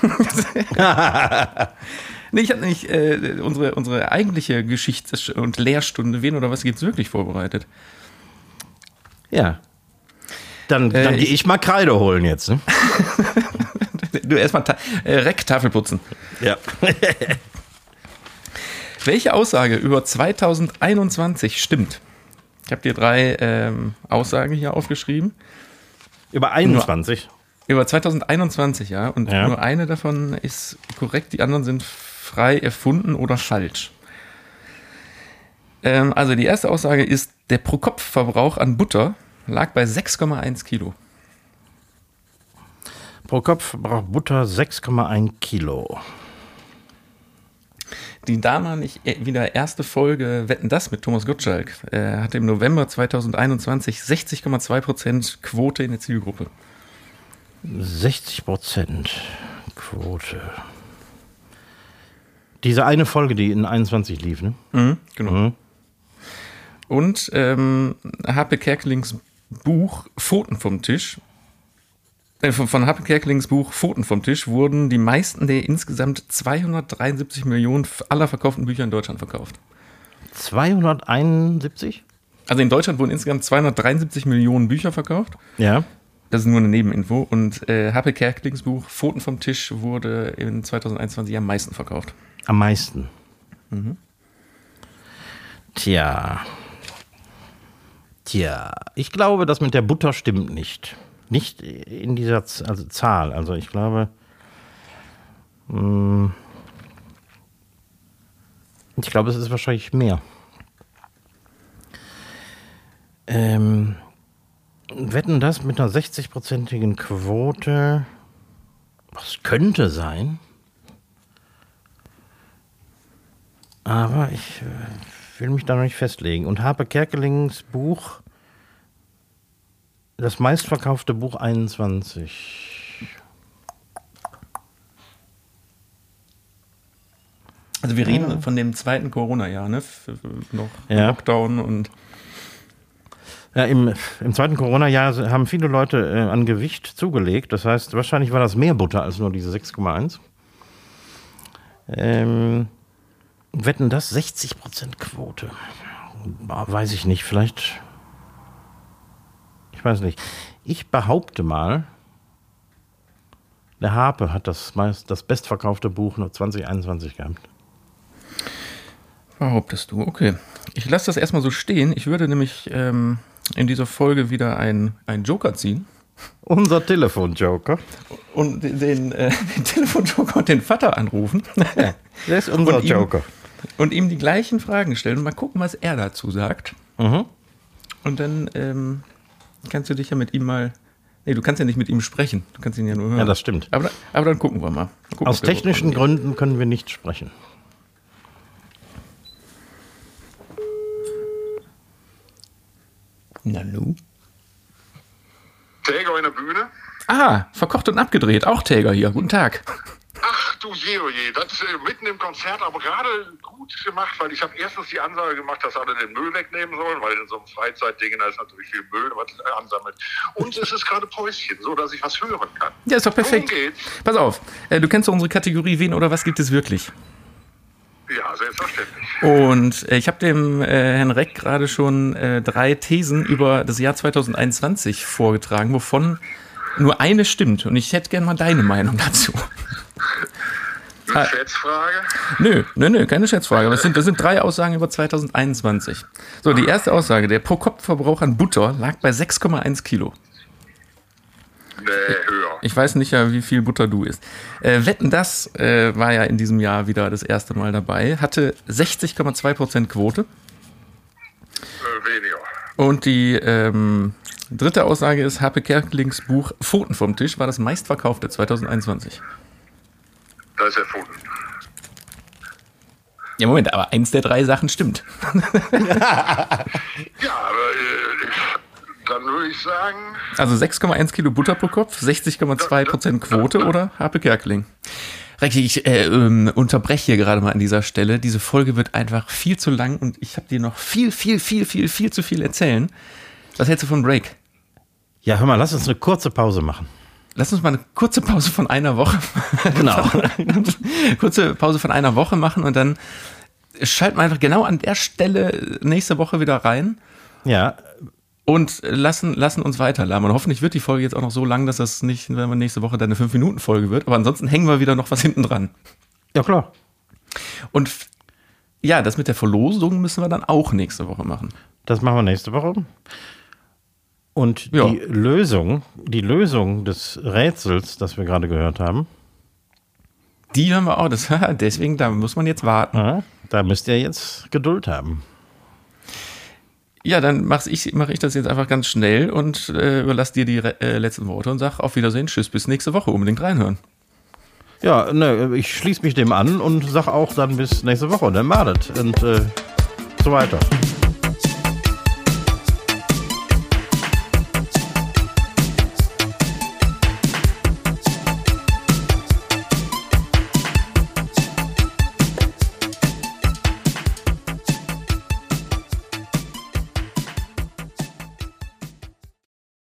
[SPEAKER 2] Nee, ich habe nämlich unsere eigentliche Geschichts- und Lehrstunde, wen oder was gibt's wirklich vorbereitet.
[SPEAKER 1] Ja. Dann gehe ich mal Kreide holen jetzt. Ne?
[SPEAKER 2] Du erstmal Tafel putzen.
[SPEAKER 1] Ja.
[SPEAKER 2] Welche Aussage über 2021 stimmt? Ich habe dir 3 Aussagen hier aufgeschrieben.
[SPEAKER 1] Über 21?
[SPEAKER 2] Über 2021, ja. Und nur eine davon ist korrekt, die anderen sind frei erfunden oder falsch. Also die erste Aussage ist, der Pro-Kopf-Verbrauch an Butter lag bei 6,1 Kilo.
[SPEAKER 1] Pro Kopf braucht Butter 6,1 Kilo.
[SPEAKER 2] Die damalig wieder erste Folge Wetten, das mit Thomas Gottschalk hatte im November 2021 60,2% Quote in der Zielgruppe.
[SPEAKER 1] 60% Quote. Diese eine Folge, die in 21 lief, ne?
[SPEAKER 2] Genau. Mhm. Und Harpe Kerkelings Buch Pfoten vom Tisch. Von Harpe Kerkelings Buch Pfoten vom Tisch wurden die meisten der insgesamt 273 Millionen aller verkauften Bücher in Deutschland verkauft.
[SPEAKER 1] 271?
[SPEAKER 2] Also in Deutschland wurden insgesamt 273 Millionen Bücher verkauft.
[SPEAKER 1] Ja.
[SPEAKER 2] Das ist nur eine Nebeninfo. Und Harpe Kerkelings Buch Pfoten vom Tisch wurde in 2021 am meisten verkauft.
[SPEAKER 1] Am meisten? Mhm. Tja, ich glaube, das mit der Butter stimmt nicht. Nicht in dieser Zahl. Also ich glaube, es ist wahrscheinlich mehr. Wetten, das mit einer 60%igen Quote, was könnte sein? Aber ich will mich da noch nicht festlegen. Und Harpe Kerkelings Buch, das meistverkaufte Buch 21.
[SPEAKER 2] Also wir reden von dem zweiten Corona-Jahr, ne? Noch Lockdown und...
[SPEAKER 1] Ja, im zweiten Corona-Jahr haben viele Leute an Gewicht zugelegt. Das heißt, wahrscheinlich war das mehr Butter als nur diese 6,1. Wetten, das 60% Quote. Weiß ich nicht, vielleicht... Ich weiß nicht. Ich behaupte mal, der Harpe hat das bestverkaufte Buch nur 2021 gehabt.
[SPEAKER 2] Behauptest du, okay. Ich lasse das erstmal so stehen. Ich würde nämlich in dieser Folge wieder einen Joker ziehen.
[SPEAKER 1] Unser Telefonjoker.
[SPEAKER 2] Und den Telefonjoker und den Vater anrufen.
[SPEAKER 1] Ja, der ist unser Joker.
[SPEAKER 2] Und ihm die gleichen Fragen stellen und mal gucken, was er dazu sagt.
[SPEAKER 1] Mhm.
[SPEAKER 2] Und dann kannst du dich ja mit ihm mal... Nee, du kannst ja nicht mit ihm sprechen. Du kannst ihn ja nur hören.
[SPEAKER 1] Ja, das stimmt.
[SPEAKER 2] Aber dann gucken wir mal.
[SPEAKER 1] Aus technischen Gründen können wir nicht sprechen.
[SPEAKER 2] Nanu.
[SPEAKER 3] Täger in der Bühne.
[SPEAKER 2] Ah, verkocht und abgedreht. Auch Täger hier. Guten Tag.
[SPEAKER 3] Ach du je, oh je, das ist mitten im Konzert, aber gerade gut gemacht, weil ich habe erstens die Ansage gemacht, dass alle den Müll wegnehmen sollen, weil in so einem Freizeitding, da ist natürlich viel Müll, was ansammelt. Und es ist gerade Päuschen, so dass ich was hören kann.
[SPEAKER 2] Ja, ist doch perfekt.
[SPEAKER 3] Worum geht's?
[SPEAKER 2] Pass auf, du kennst doch unsere Kategorie Wen oder was gibt es wirklich?
[SPEAKER 3] Ja, selbstverständlich.
[SPEAKER 2] Und ich habe dem Herrn Reck gerade schon 3 Thesen über das Jahr 2021 vorgetragen, wovon nur eine stimmt. Und ich hätte gerne mal deine Meinung dazu.
[SPEAKER 3] Eine Schätzfrage?
[SPEAKER 2] Nö, keine Schätzfrage. Das sind 3 Aussagen über 2021. So, die erste Aussage, der Pro-Kopf-Verbrauch an Butter lag bei 6,1 Kilo.
[SPEAKER 3] Nee, höher.
[SPEAKER 2] Ich weiß nicht, wie viel Butter du isst. Wetten, das war ja in diesem Jahr wieder das erste Mal dabei. Hatte 60,2% Quote.
[SPEAKER 3] Weniger.
[SPEAKER 2] Und die dritte Aussage ist, Harpe Kerkelings Buch Pfoten vom Tisch war das meistverkaufte 2021.
[SPEAKER 3] Das ist erfunden.
[SPEAKER 2] Ja, Moment, aber eins der 3 Sachen stimmt.
[SPEAKER 3] Ja, aber dann würde ich sagen...
[SPEAKER 2] Also 6,1 Kilo Butter pro Kopf, 60,2% Quote oder Harpe Kerkeling? Recki, ich unterbreche hier gerade mal an dieser Stelle. Diese Folge wird einfach viel zu lang und ich habe dir noch viel zu viel erzählen. Was hältst du von Break?
[SPEAKER 1] Ja, hör mal, lass uns eine kurze Pause machen.
[SPEAKER 2] Lass uns mal eine kurze Pause von einer Woche. Genau. Kurze Pause von einer Woche machen und dann schalten wir einfach genau an der Stelle nächste Woche wieder rein.
[SPEAKER 1] Ja.
[SPEAKER 2] Und lassen uns weiterlabern. Und hoffentlich wird die Folge jetzt auch noch so lang, dass das nicht, wenn wir nächste Woche dann eine 5-Minuten-Folge wird. Aber ansonsten hängen wir wieder noch was hinten dran.
[SPEAKER 1] Ja, klar.
[SPEAKER 2] Und ja, das mit der Verlosung müssen wir dann auch nächste Woche machen.
[SPEAKER 1] Das machen wir nächste Woche. Und
[SPEAKER 2] Ja.
[SPEAKER 1] die Lösung des Rätsels, das wir gerade gehört haben,
[SPEAKER 2] Die haben wir auch. Deswegen, da muss man jetzt warten.
[SPEAKER 1] ja, da müsst ihr jetzt Geduld haben.
[SPEAKER 2] Ja, dann mache ich das jetzt einfach ganz schnell und überlasse dir die letzten Worte und sag auf Wiedersehen, tschüss, bis nächste Woche. Unbedingt reinhören.
[SPEAKER 1] Ja, ne, ich schließe mich dem an und sag auch dann bis nächste Woche. Dann madet und so weiter.